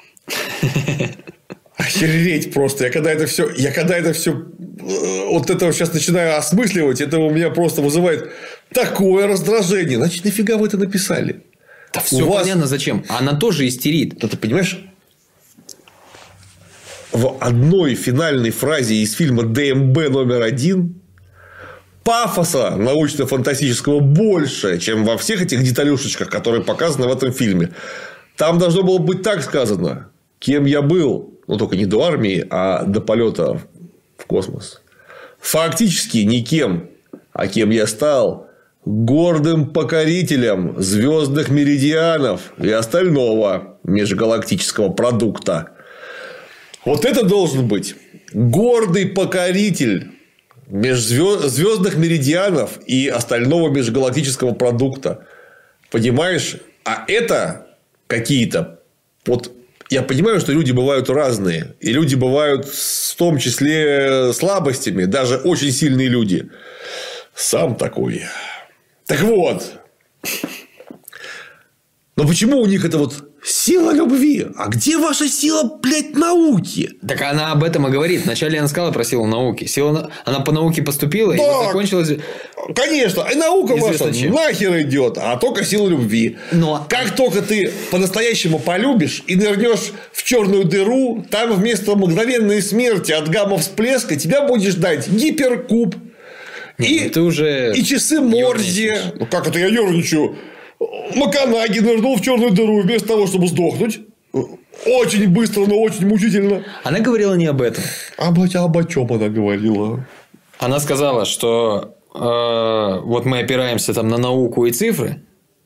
Охереть просто. Я когда это все вот это сейчас начинаю осмысливать, это у меня просто вызывает такое раздражение. Значит, нафига вы это написали? Да все понятно зачем. Она тоже истерит. Да ты понимаешь? В одной финальной фразе из фильма ДМБ №1 пафоса научно-фантастического больше, чем во всех этих деталюшечках, которые показаны в этом фильме. Там должно было быть так сказано: кем я был, только не до армии, а до полета в космос. Фактически никем, а кем я стал: гордым покорителем звездных меридианов и остального межгалактического продукта. Вот это должен быть гордый покоритель звездных меридианов и остального межгалактического продукта. Понимаешь? А это какие-то... Вот я понимаю, что люди бывают разные. И люди бывают в том числе слабостями. Даже очень сильные люди. Сам такой. Так вот. Но почему у них это вот сила любви? А где ваша сила, блядь, науки? Так она об этом и говорит. Вначале она сказала про силу науки. Она по науке поступила, да, и вот закончилась... Конечно. И наука ваша нахер идет. А только сила любви. Но... Как только ты по-настоящему полюбишь и нырнешь в черную дыру, там вместо мгновенной смерти от гамма-всплеска тебя будет ждать гиперкуб. Ты уже и часы Морзе. Ну, как это я ерничаю? Маканаги нырнул в черную дыру вместо того, чтобы сдохнуть. Очень быстро, но очень мучительно. Она говорила не об этом. Об чем она говорила? Она сказала, что вот мы опираемся там на науку и цифры.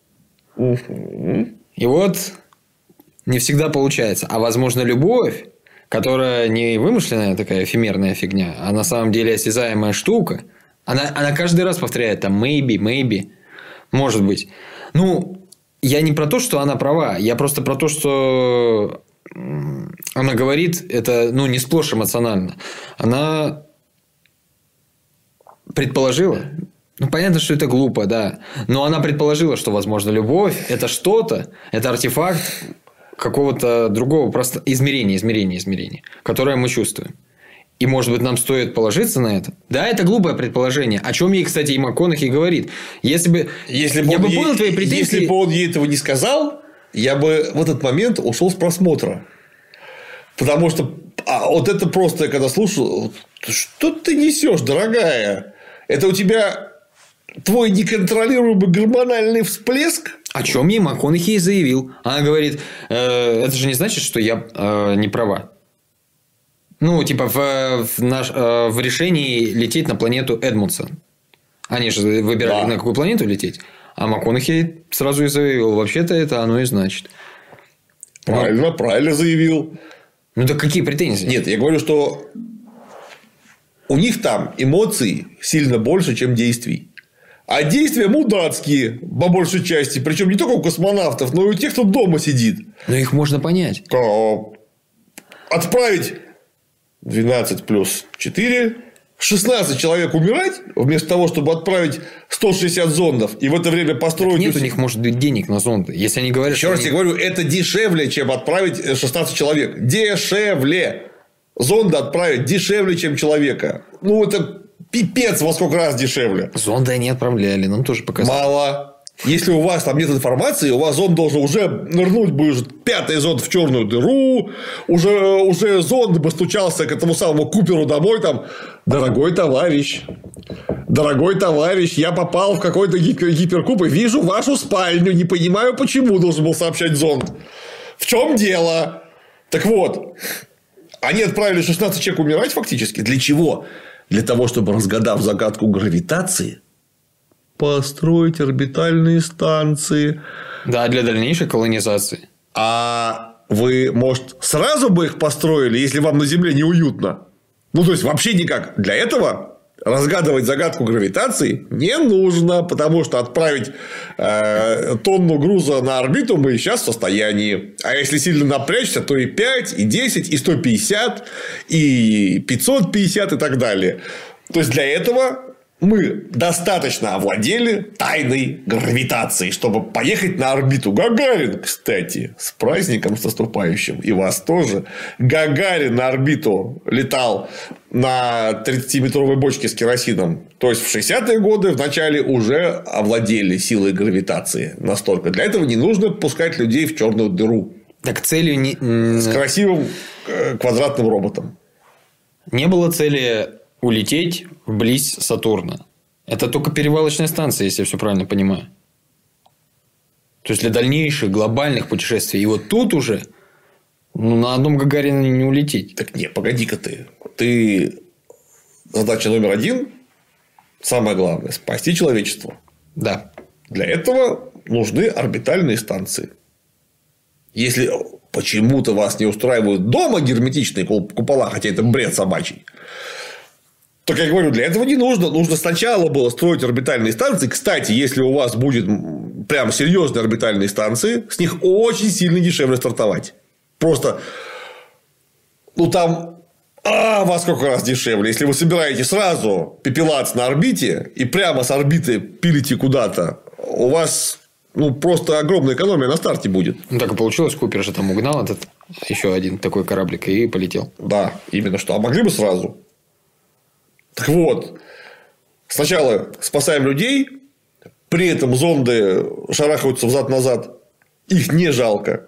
И вот не всегда получается. А возможно, любовь, которая не вымышленная такая эфемерная фигня, а на самом деле осязаемая штука. Она каждый раз повторяет там maybe. Может быть. Я не про то, что она права. Я просто про то, что она говорит, это не сплошь эмоционально. Она предположила. Понятно, что это глупо, да. Но она предположила, что, возможно, любовь – это что-то, это артефакт какого-то другого измерения, которое мы чувствуем. И, может быть, нам стоит положиться на это? Да, это глупое предположение. О чем ей, кстати, и МакКонахи говорит. Если бы понял твои претензии... Если бы он ей этого не сказал, я бы в этот момент ушел с просмотра. Потому что вот это просто, я когда слушал, что ты несешь, дорогая? Это у тебя твой неконтролируемый гормональный всплеск? О чем ей МакКонахи и заявил. Она говорит, это же не значит, что я не права. В решении лететь на планету Эдмундсон. Они же выбирали, на какую планету лететь. А МакКонахи сразу и заявил, вообще-то это оно и значит. Правильно заявил. Так какие претензии? Нет, я говорю, что у них там эмоций сильно больше, чем действий. А действия мудацкие, по большей части. Причем не только у космонавтов, но и у тех, кто дома сидит. Но их можно понять. Отправить 12 плюс 4, 16 человек умирать, вместо того, чтобы отправить 160 зондов, и в это время построить... Нет у них, может быть, денег на зонды. Если они говорят... Еще раз я говорю, это дешевле, чем отправить 16 человек. Дешевле. Зонды отправить дешевле, чем человека. Это пипец во сколько раз дешевле. Зонды они отправляли, нам тоже показали. Мало. Если у вас там нет информации, у вас зонд должен уже нырнуть бы 5-й зонд в черную дыру, уже зонд бы стучался к этому самому Куперу домой, там: дорогой товарищ, я попал в какой-то гиперкуб и вижу вашу спальню, не понимаю, почему должен был сообщать зонд. В чем дело? Так вот, они отправили 16 человек умирать фактически. Для чего? Для того, чтобы, разгадав загадку гравитации, построить орбитальные станции. Да, для дальнейшей колонизации. А вы, может, сразу бы их построили, если вам на Земле неуютно? Ну, то есть, вообще никак. Для этого разгадывать загадку гравитации не нужно, потому что отправить тонну груза на орбиту мы сейчас в состоянии. А если сильно напрячься, то и 5, и 10, и 150, и 550 и так далее. То есть, для этого мы достаточно овладели тайной гравитации, чтобы поехать на орбиту. Гагарин, кстати, с праздником с наступающим, и вас тоже. Гагарин на орбиту летал на 30-метровой бочке с керосином. То есть, в 60-е годы вначале уже овладели силой гравитации настолько. Для этого не нужно пускать людей в черную дыру. Так целью не... С красивым квадратным роботом. Не было цели улететь вблизь Сатурна. Это только перевалочная станция, если я все правильно понимаю. То есть, для дальнейших глобальных путешествий. И вот тут уже на одном Гагарине не улететь. Так нет, погоди-ка ты. Ты... Задача номер 1, самое главное, спасти человечество. Да. Для этого нужны орбитальные станции. Если почему-то вас не устраивают дома герметичные купола, хотя это бред собачий, то, как я говорю, для этого не нужно. Нужно сначала было строить орбитальные станции. Кстати, если у вас будет прям серьезные орбитальные станции, с них очень сильно дешевле стартовать. Просто, ну, там во сколько раз дешевле. Если вы собираете сразу пепелац на орбите и прямо с орбиты пилите куда-то, у вас просто огромная экономия на старте будет. Ну, так и получилось. Купер же там угнал этот еще один такой кораблик и полетел. Да, именно что. А могли бы сразу. Так вот, сначала спасаем людей, при этом зонды шарахаются взад-назад, их не жалко.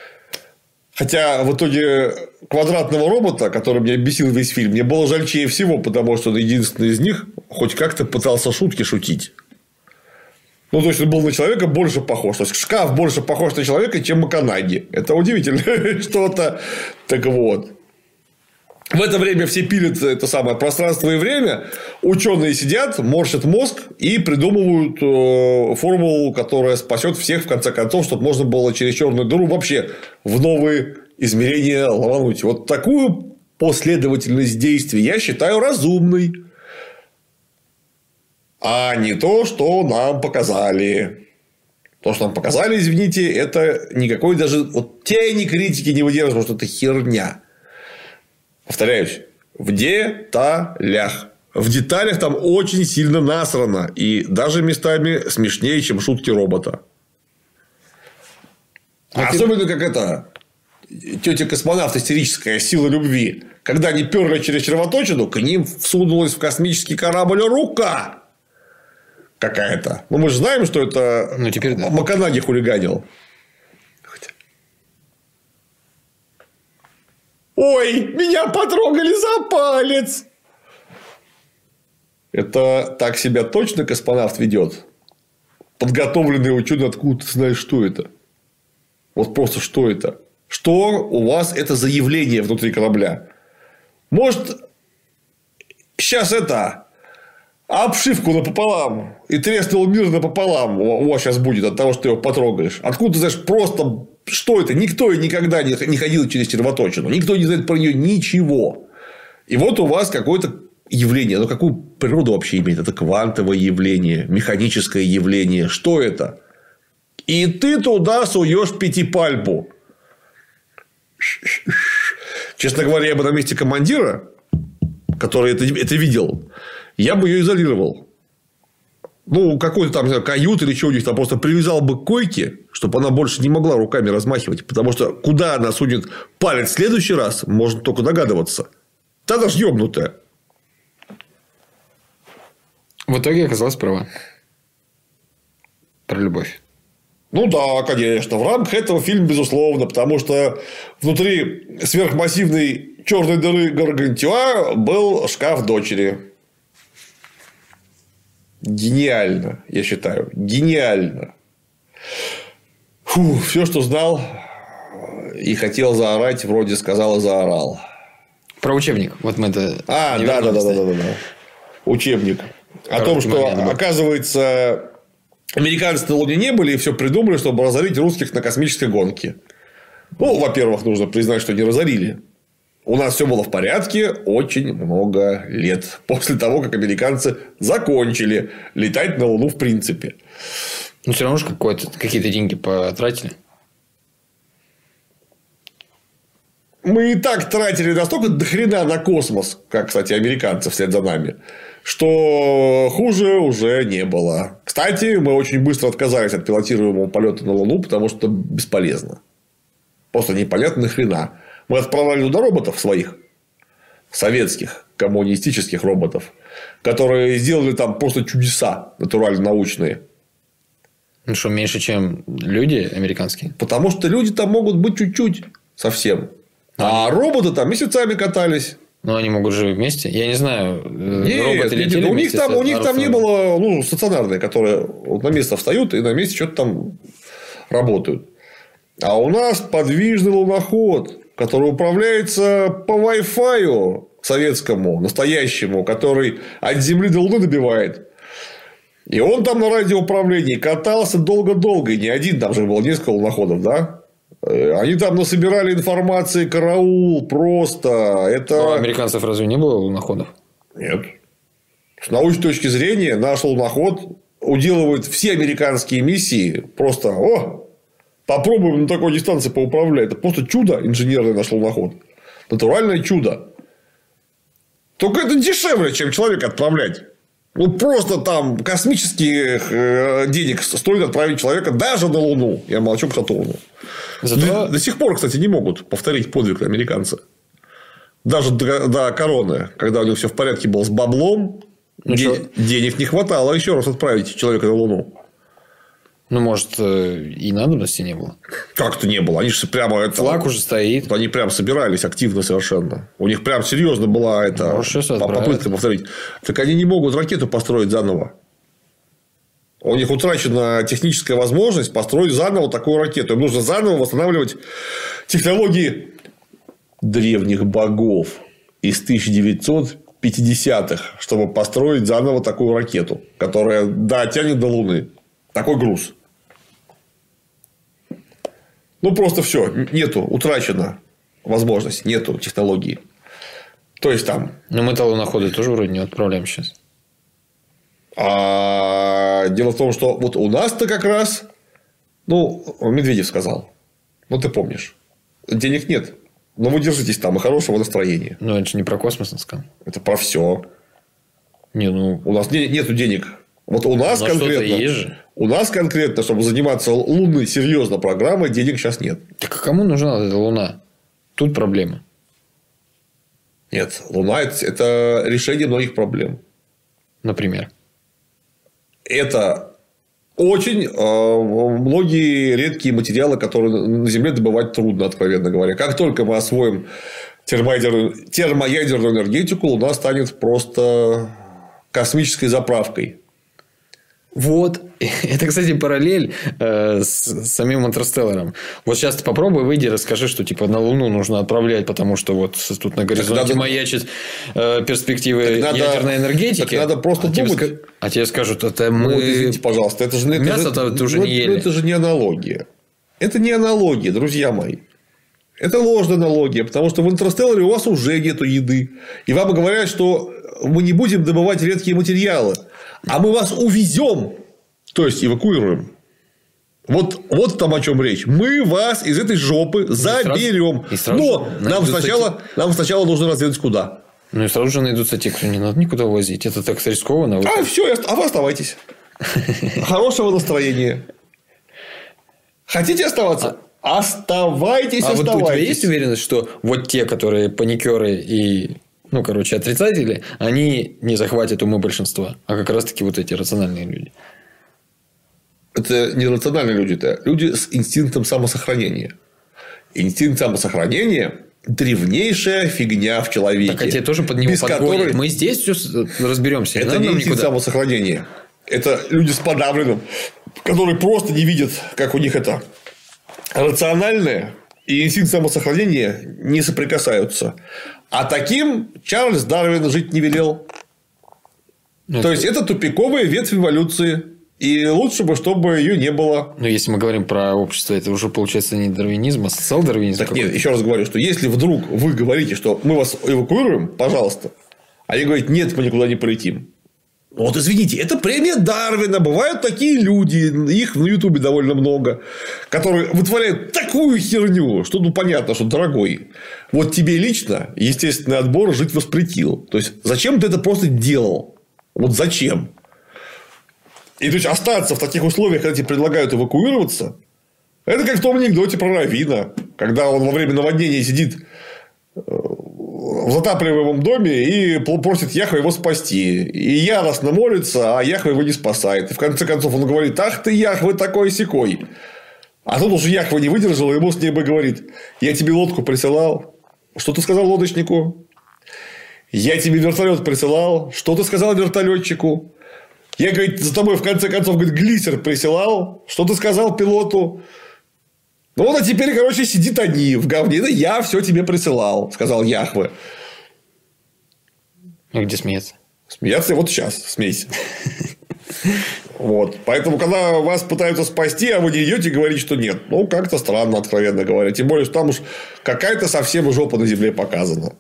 Хотя в итоге квадратного робота, который меня бесил весь фильм, мне было жальчее всего, потому что он единственный из них хоть как-то пытался шутки шутить. Ну, то есть, он был на человека больше похож. То есть, шкаф больше похож на человека, чем Маканаги. Это удивительно что-то. Так вот. В это время все пилят это самое пространство и время. Ученые сидят, морщат мозг и придумывают формулу, которая спасет всех в конце концов, чтобы можно было через черную дыру вообще в новые измерения ломануть. Вот такую последовательность действий я считаю разумной. А не то, что нам показали. То, что нам показали, извините, это никакой даже тени критики не выдерживает, что это херня. Повторяюсь, в деталях. В деталях там очень сильно насрано. И даже местами смешнее, чем шутки робота. Особенно, как это... Тетя-космонавт истерическая сила любви. Когда они перли через червоточину, к ним всунулась в космический корабль рука. Какая-то. Мы же знаем, что это теперь да. Маканаги хулиганил. Ой, меня потрогали за палец. Это так себя точно космонавт ведет? Подготовленный ученый, откуда ты знаешь, что это? Вот просто что это? Что у вас это за явление внутри корабля? Может, сейчас это обшивку напополам и треснул мир напополам у вас сейчас будет от того, что ты его потрогаешь. Откуда ты знаешь просто... Что это? Никто и никогда не ходил через червоточину. Никто не знает про нее ничего. И вот у вас какое-то явление. Но какую природу вообще имеет? Это квантовое явление, механическое явление. Что это? И ты туда суешь пятипальпу. Честно говоря, я бы на месте командира, который это видел, я бы ее изолировал. Ну, какой-то там, не знаю, кают или что у них там, просто привязал бы к койке, чтобы она больше не могла руками размахивать. Потому что куда она сунет палец в следующий раз, можно только догадываться. Та даже ёбнутая. В итоге оказалась права. Про любовь. Ну да, конечно. В рамках этого фильма, безусловно, потому что внутри сверхмассивной черной дыры Гаргантюа был шкаф дочери. Гениально, я считаю. Гениально. Фу, все, что знал и хотел заорать, вроде сказал и заорал. Про учебник. Вот мы это... Да. Учебник. О том, что, оказывается, американцы на Луне не были и все придумали, чтобы разорить русских на космической гонке. Ну, во-первых, нужно признать, что не разорили. У нас все было в порядке очень много лет. После того, как американцы закончили летать на Луну в принципе. Ну, все равно же какие-то деньги потратили. Мы и так тратили настолько дохрена на космос, как, кстати, американцы вслед за нами, что хуже уже не было. Кстати, мы очень быстро отказались от пилотируемого полета на Луну, потому что бесполезно. Просто непонятно нахрена. Мы отправляли туда роботов своих, советских, коммунистических роботов, которые сделали там просто чудеса натурально-научные. Ну что, меньше, чем люди американские? Потому что люди там могут быть чуть-чуть совсем. А роботы там месяцами катались. Ну, они могут жить вместе. Я не знаю, роботы летели у вместе. У них там не было стационарные, которые вот на место встают и на месте что-то там работают. А у нас подвижный луноход, который управляется по Wi-Fi советскому, настоящему, который от Земли до Луны добивает. И он там на радиоуправлении катался долго-долго. И не один, там же было несколько луноходов, да? Они там насобирали информации, караул, просто. Это... А у американцев разве не было луноходов? Нет. С научной точки зрения, наш луноход уделывает все американские миссии. Просто, попробуем на такой дистанции поуправлять. Это просто чудо инженерный наш луноход. Натуральное чудо. Только это дешевле, чем человека отправлять. Ну, просто там космических денег стоит отправить человека даже на Луну. Я молчу про Сатурну. Зато... До сих пор, кстати, не могут повторить подвиг американцы. Даже до короны, когда у них все в порядке было с баблом, денег не хватало еще раз отправить человека на Луну. Ну, может, и надобности не было. Как-то не было. Они же прямо... Флаг уже стоит. Они прям собирались активно совершенно. У них прям серьезно была попытка повторить. Так они не могут ракету построить заново. У них утрачена техническая возможность построить заново такую ракету. Им нужно заново восстанавливать технологии древних богов из 1950-х, чтобы построить заново такую ракету, которая, тянет до Луны. Такой груз. Ну, просто все. Нету. Утрачена возможность. Нету технологии. То есть, там... Но мы-то луноходы тоже вроде не отправляем сейчас. А дело в том, что вот у нас-то как раз... Медведев сказал. Ты помнишь. Денег нет. Но вы держитесь там и хорошего настроения. Но это же не про космос, он сказал. Это про все. У нас нету денег. Вот у нас конкретно... У нас конкретно, чтобы заниматься лунной серьезно программой, денег сейчас нет. Так а кому нужна эта Луна? Тут проблема. Нет, Луна – это решение многих проблем. Например? Это очень многие редкие материалы, которые на Земле добывать трудно, откровенно говоря. Как только мы освоим термоядерную энергетику, Луна станет просто космической заправкой. Вот. Это, кстати, параллель с самим Интерстелларом. Вот сейчас ты попробуй, выйди и расскажи, что типа на Луну нужно отправлять, потому что вот тут на горизонте маячит перспективы ядерной энергетики. Так надо просто думать. А тебе скажут, это мы... извините, пожалуйста. Мясо-то ты уже не ели. Это же не аналогия. Это не аналогия, друзья мои. Это ложная аналогия, потому что в Интерстелларе у вас уже нету еды. И вам говорят, что мы не будем добывать редкие материалы, а мы вас увезем, то есть эвакуируем. Вот там о чем речь. Мы вас из этой жопы заберем. Но нам сначала нужно разведать куда. Ну и сразу же найдутся те, кто не надо никуда возить. Это так рискованно. Все, а вы оставайтесь. Хорошего настроения. Хотите оставаться? Оставайтесь, оставайтесь. Вот у тебя есть уверенность, что вот те, которые паникеры и отрицатели, они не захватят умы большинства, а как раз-таки вот эти рациональные люди. Это не рациональные люди, это люди с инстинктом самосохранения. Инстинкт самосохранения – древнейшая фигня в человеке. Так, а тебе тоже под него подгонят. Мы здесь все разберемся. Это не инстинкт самосохранения. Это люди с подавленным, которые просто не видят, как у них это рациональное и инстинкт самосохранения не соприкасаются. А таким Чарльз Дарвин жить не велел. То есть, это тупиковая ветвь эволюции. И лучше бы, чтобы ее не было. Но если мы говорим про общество, это уже получается не дарвинизм, а социал-дарвинизм. Так нет, еще раз говорю, что если вдруг вы говорите, что мы вас эвакуируем, пожалуйста, а они говорят, нет, мы никуда не полетим. Вот извините, это премия Дарвина. Бывают такие люди, их на Ютубе довольно много, которые вытворяют такую херню, что понятно, что, дорогой, вот тебе лично естественный отбор жить воспретил. То есть, зачем ты это просто делал? Вот зачем? И то есть, остаться в таких условиях, когда тебе предлагают эвакуироваться, это как в том анекдоте про Раввина, когда он во время наводнения сидит в затапливаемом доме и просит Яхве его спасти. И яростно молится, а Яхве его не спасает. И в конце концов он говорит: ах ты, Яхве, такой-сякой. А тут уже Яхве не выдержал, и ему с неба говорит: я тебе лодку присылал. Что ты сказал лодочнику? Я тебе вертолет присылал. Что ты сказал вертолетчику? Я, говорит, за тобой в конце концов, говорит, глиссер присылал. Что ты сказал пилоту? Ну, вот, а теперь, короче, сидит они в говне. Да я все тебе присылал, сказал Яхве. А где смеяться? Смеяться вот сейчас, смейся. Вот. Поэтому, когда вас пытаются спасти, а вы не идете говорить, что нет. Ну, как-то странно, откровенно говоря. Тем более, что там уж какая-то совсем жопа на земле показана.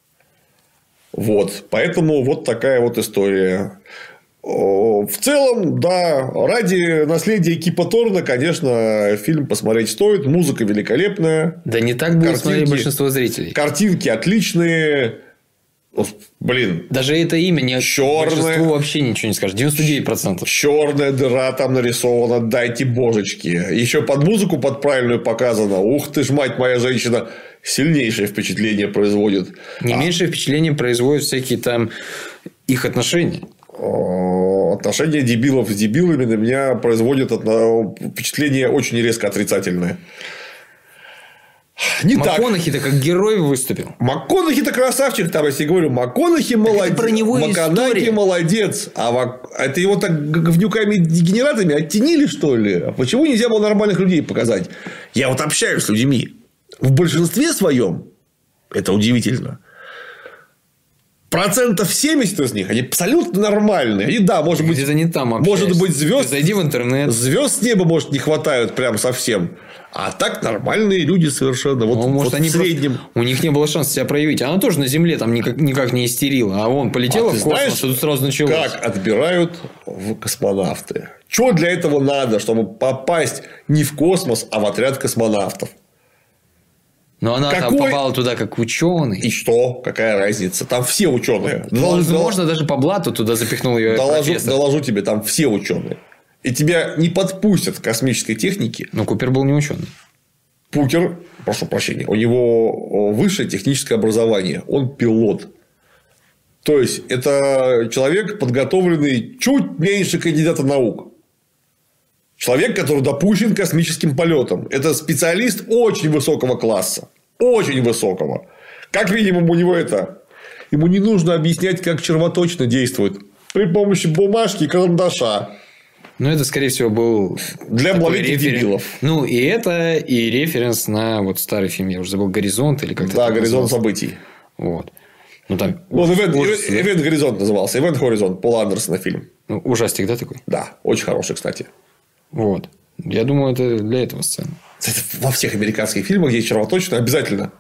Вот. Поэтому, вот такая вот история. В целом, да, ради наследия Кипа Торна, конечно, фильм посмотреть стоит. Музыка великолепная. Да не так будет смотреть большинство зрителей. Картинки отличные. Блин. Даже это имя не большинству вообще ничего не скажет. 99%. Черная дыра там нарисована. Дайте божечки. Еще под музыку под правильную показано. Ух ты ж, мать моя, женщина. Сильнейшее впечатление производит. Не меньшее впечатление производят всякие там их отношения. Отношения дебилов с дебилами на меня производят впечатление очень резко отрицательное. Не МакКонахи-то как герой выступил. МакКонахи-то красавчик, там, если я говорю. МакКонахи молодец. Про него МакКонахи молодец. А это его так говнюками-дегенератами оттенили, что ли? А почему нельзя было нормальных людей показать? Я вот общаюсь с людьми. В большинстве своем это удивительно. 70% из них, они абсолютно нормальные. Они, да, может быть, это не там может быть, звезд. Зайди в интернет. Звезд с неба, может, не хватают прям совсем. А так нормальные люди совершенно. Вот, может, вот они в среднем. У них не было шанса себя проявить. Она тоже на Земле там никак не истерила. А он полетела в космос, что тут сразу началось. Как отбирают в космонавты? Что для этого надо, чтобы попасть не в космос, а в отряд космонавтов? Но она там попала туда как ученый. И что? Какая разница? Там все ученые. Можно даже по блату туда запихнул ее профессор. Доложу тебе, там все ученые. И тебя не подпустят к космической технике. Но Купер был не ученый. Купер, прошу прощения, у него высшее техническое образование. Он пилот. То есть, это человек, подготовленный чуть меньше кандидата наук. Человек, который допущен к космическим полетам. Это специалист очень высокого класса. Очень высокого. Как минимум, у него это. Ему не нужно объяснять, как червоточина действует. При помощи бумажки и карандаша. Ну, это, скорее всего, был для малолетних дебилов. Ну, и это, и референс на вот старый фильм. Я уже забыл, «Горизонт» или как-то. Да, «Горизонт событий». Вот. Ну, там... «Ивент Горизонт» назывался. «Ивент Хоризонт». Пола Андерсона фильм. Ну, ужастик, да, такой? Да. Очень хороший, кстати. Вот. Я думаю, это для этого сцены. Это во всех американских фильмах, где червоточина, обязательно.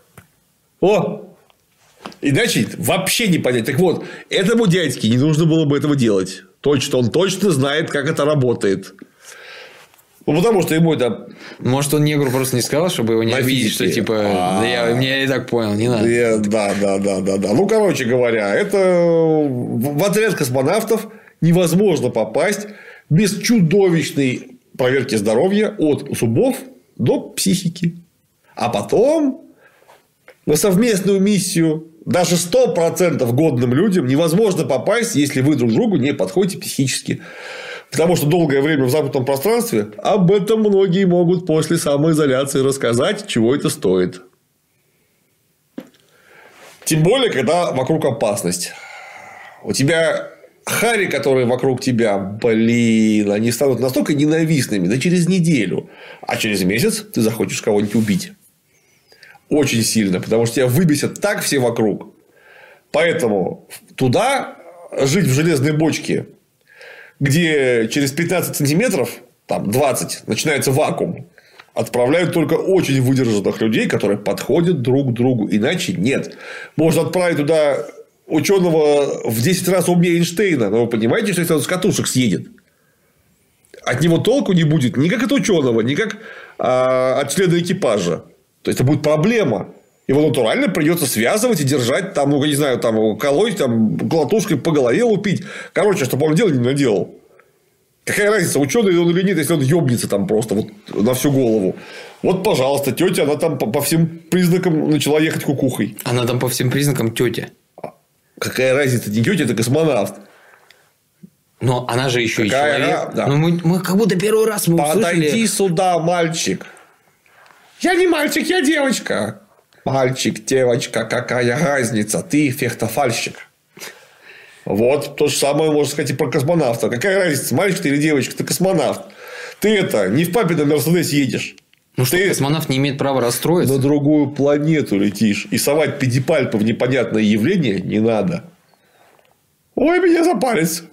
О! Иначе вообще не понять. Так вот, этому дядьке не нужно было бы этого делать. Точно. Он точно знает, как это работает. Ну, потому что ему это... Может, он негру просто не сказал, чтобы его не обидеть, что типа... Да я и так понял, не надо. Да. Ну, короче говоря, это в отряд космонавтов невозможно попасть без чудовищной проверки здоровья от зубов до психики. А потом на совместную миссию даже 100% годным людям невозможно попасть, если вы друг другу не подходите психически. Потому что долгое время в замкнутом пространстве об этом многие могут после самоизоляции рассказать, чего это стоит. Тем более, когда вокруг опасность. У тебя хари, которые вокруг тебя, блин, они станут настолько ненавистными, да через неделю. А через месяц ты захочешь кого-нибудь убить. Очень сильно. Потому что тебя выбесят так все вокруг. Поэтому туда жить в железной бочке где через 15 сантиметров, там 20, начинается вакуум, отправляют только очень выдержанных людей, которые подходят друг к другу. Иначе нет. Можно отправить туда ученого в 10 раз умнее Эйнштейна. Но вы понимаете, что если он с катушек съедет, от него толку не будет ни как от ученого, ни как от члена экипажа. То есть это будет проблема. Его натурально придется связывать и держать, там, ну, не знаю, там, колоть, там, колотушкой по голове лупить. Короче, чтобы он дело не наделал. Какая разница, ученый он или нет, если он ебнется там просто вот на всю голову. Вот, пожалуйста, тетя, она там по всем признакам начала ехать кукухой. Она там по всем признакам тетя. Какая разница, не тетя, это космонавт. Но она же еще и человек. Да. Ну, мы как будто первый раз мы услышали. Подойди сюда, мальчик. Я не мальчик, я девочка. Мальчик, девочка, какая разница? Ты фехтофальщик. Вот то же самое можно сказать и про космонавта. Какая разница, мальчик ты или девочка? Ты космонавт. Ты это не в папином Мерседесе едешь. Ну что, космонавт не имеет права расстроиться? На другую планету летишь. И совать педипальпы в непонятное явление не надо. Ой, меня за палец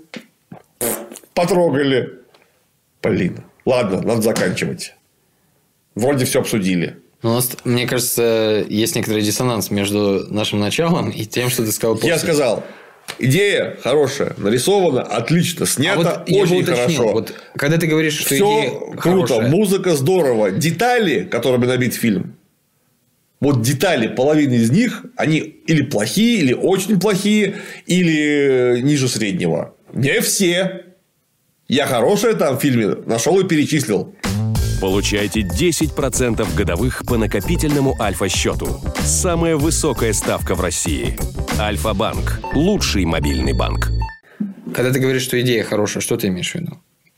потрогали. Блин. Ладно, надо заканчивать. Вроде все обсудили. У нас, мне кажется, есть некоторый диссонанс между нашим началом и тем, что ты сказал после. Я сказал, идея хорошая, нарисована, отлично, снято очень хорошо. Вот, когда ты говоришь, что все идея круто, хорошая... музыка здорово, детали, которыми набит фильм, вот детали, половина из них, они или плохие, или очень плохие, или ниже среднего. Не все. Я хорошее там в фильме нашел и перечислил. Получайте 10% годовых по накопительному Альфа-счету. Самая высокая ставка в России. Альфа-банк. Лучший мобильный банк. Когда ты говоришь, что идея хорошая, что ты имеешь в виду?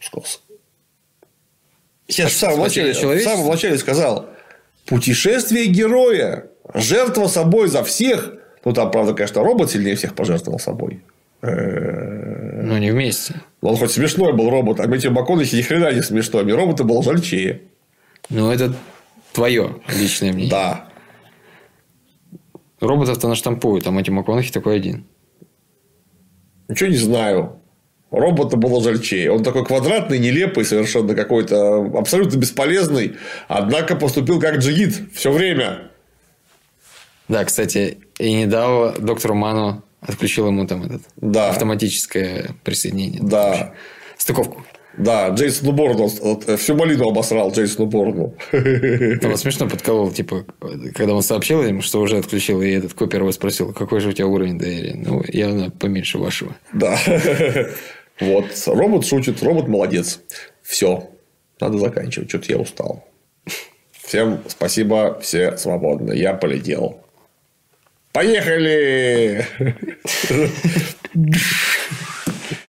Я же в самом начале сказал. Путешествие героя. Жертва собой за всех. Ну, там, правда, конечно, робот сильнее всех пожертвовал собой. Но не вместе. Он хоть смешной был робот, а Мэтью МакКонахи ни хрена не смешной. Мне робота было жальчее. Ну, это твое личное мнение. Да. Роботов-то наштампуют, а Мэтью МакКонахи такой один. Ничего не знаю. Робота было жальчее. Он такой квадратный, нелепый, совершенно какой-то абсолютно бесполезный. Однако поступил как джигит все время. Да, кстати, и не дал доктору Ману, отключил ему там автоматическое присоединение. Да. Стыковку. Да, Джейсону Борну. Всю малину обосрал Джейсону Борну. Там смешно подколол, типа, когда он сообщил им, что уже отключил, и этот копер его спросил, какой же у тебя уровень доверия? Ну, явно поменьше вашего. Да. Вот. Робот шутит, робот молодец. Все. Надо заканчивать. Что-то я устал. Всем спасибо. Все свободны. Я полетел. Поехали!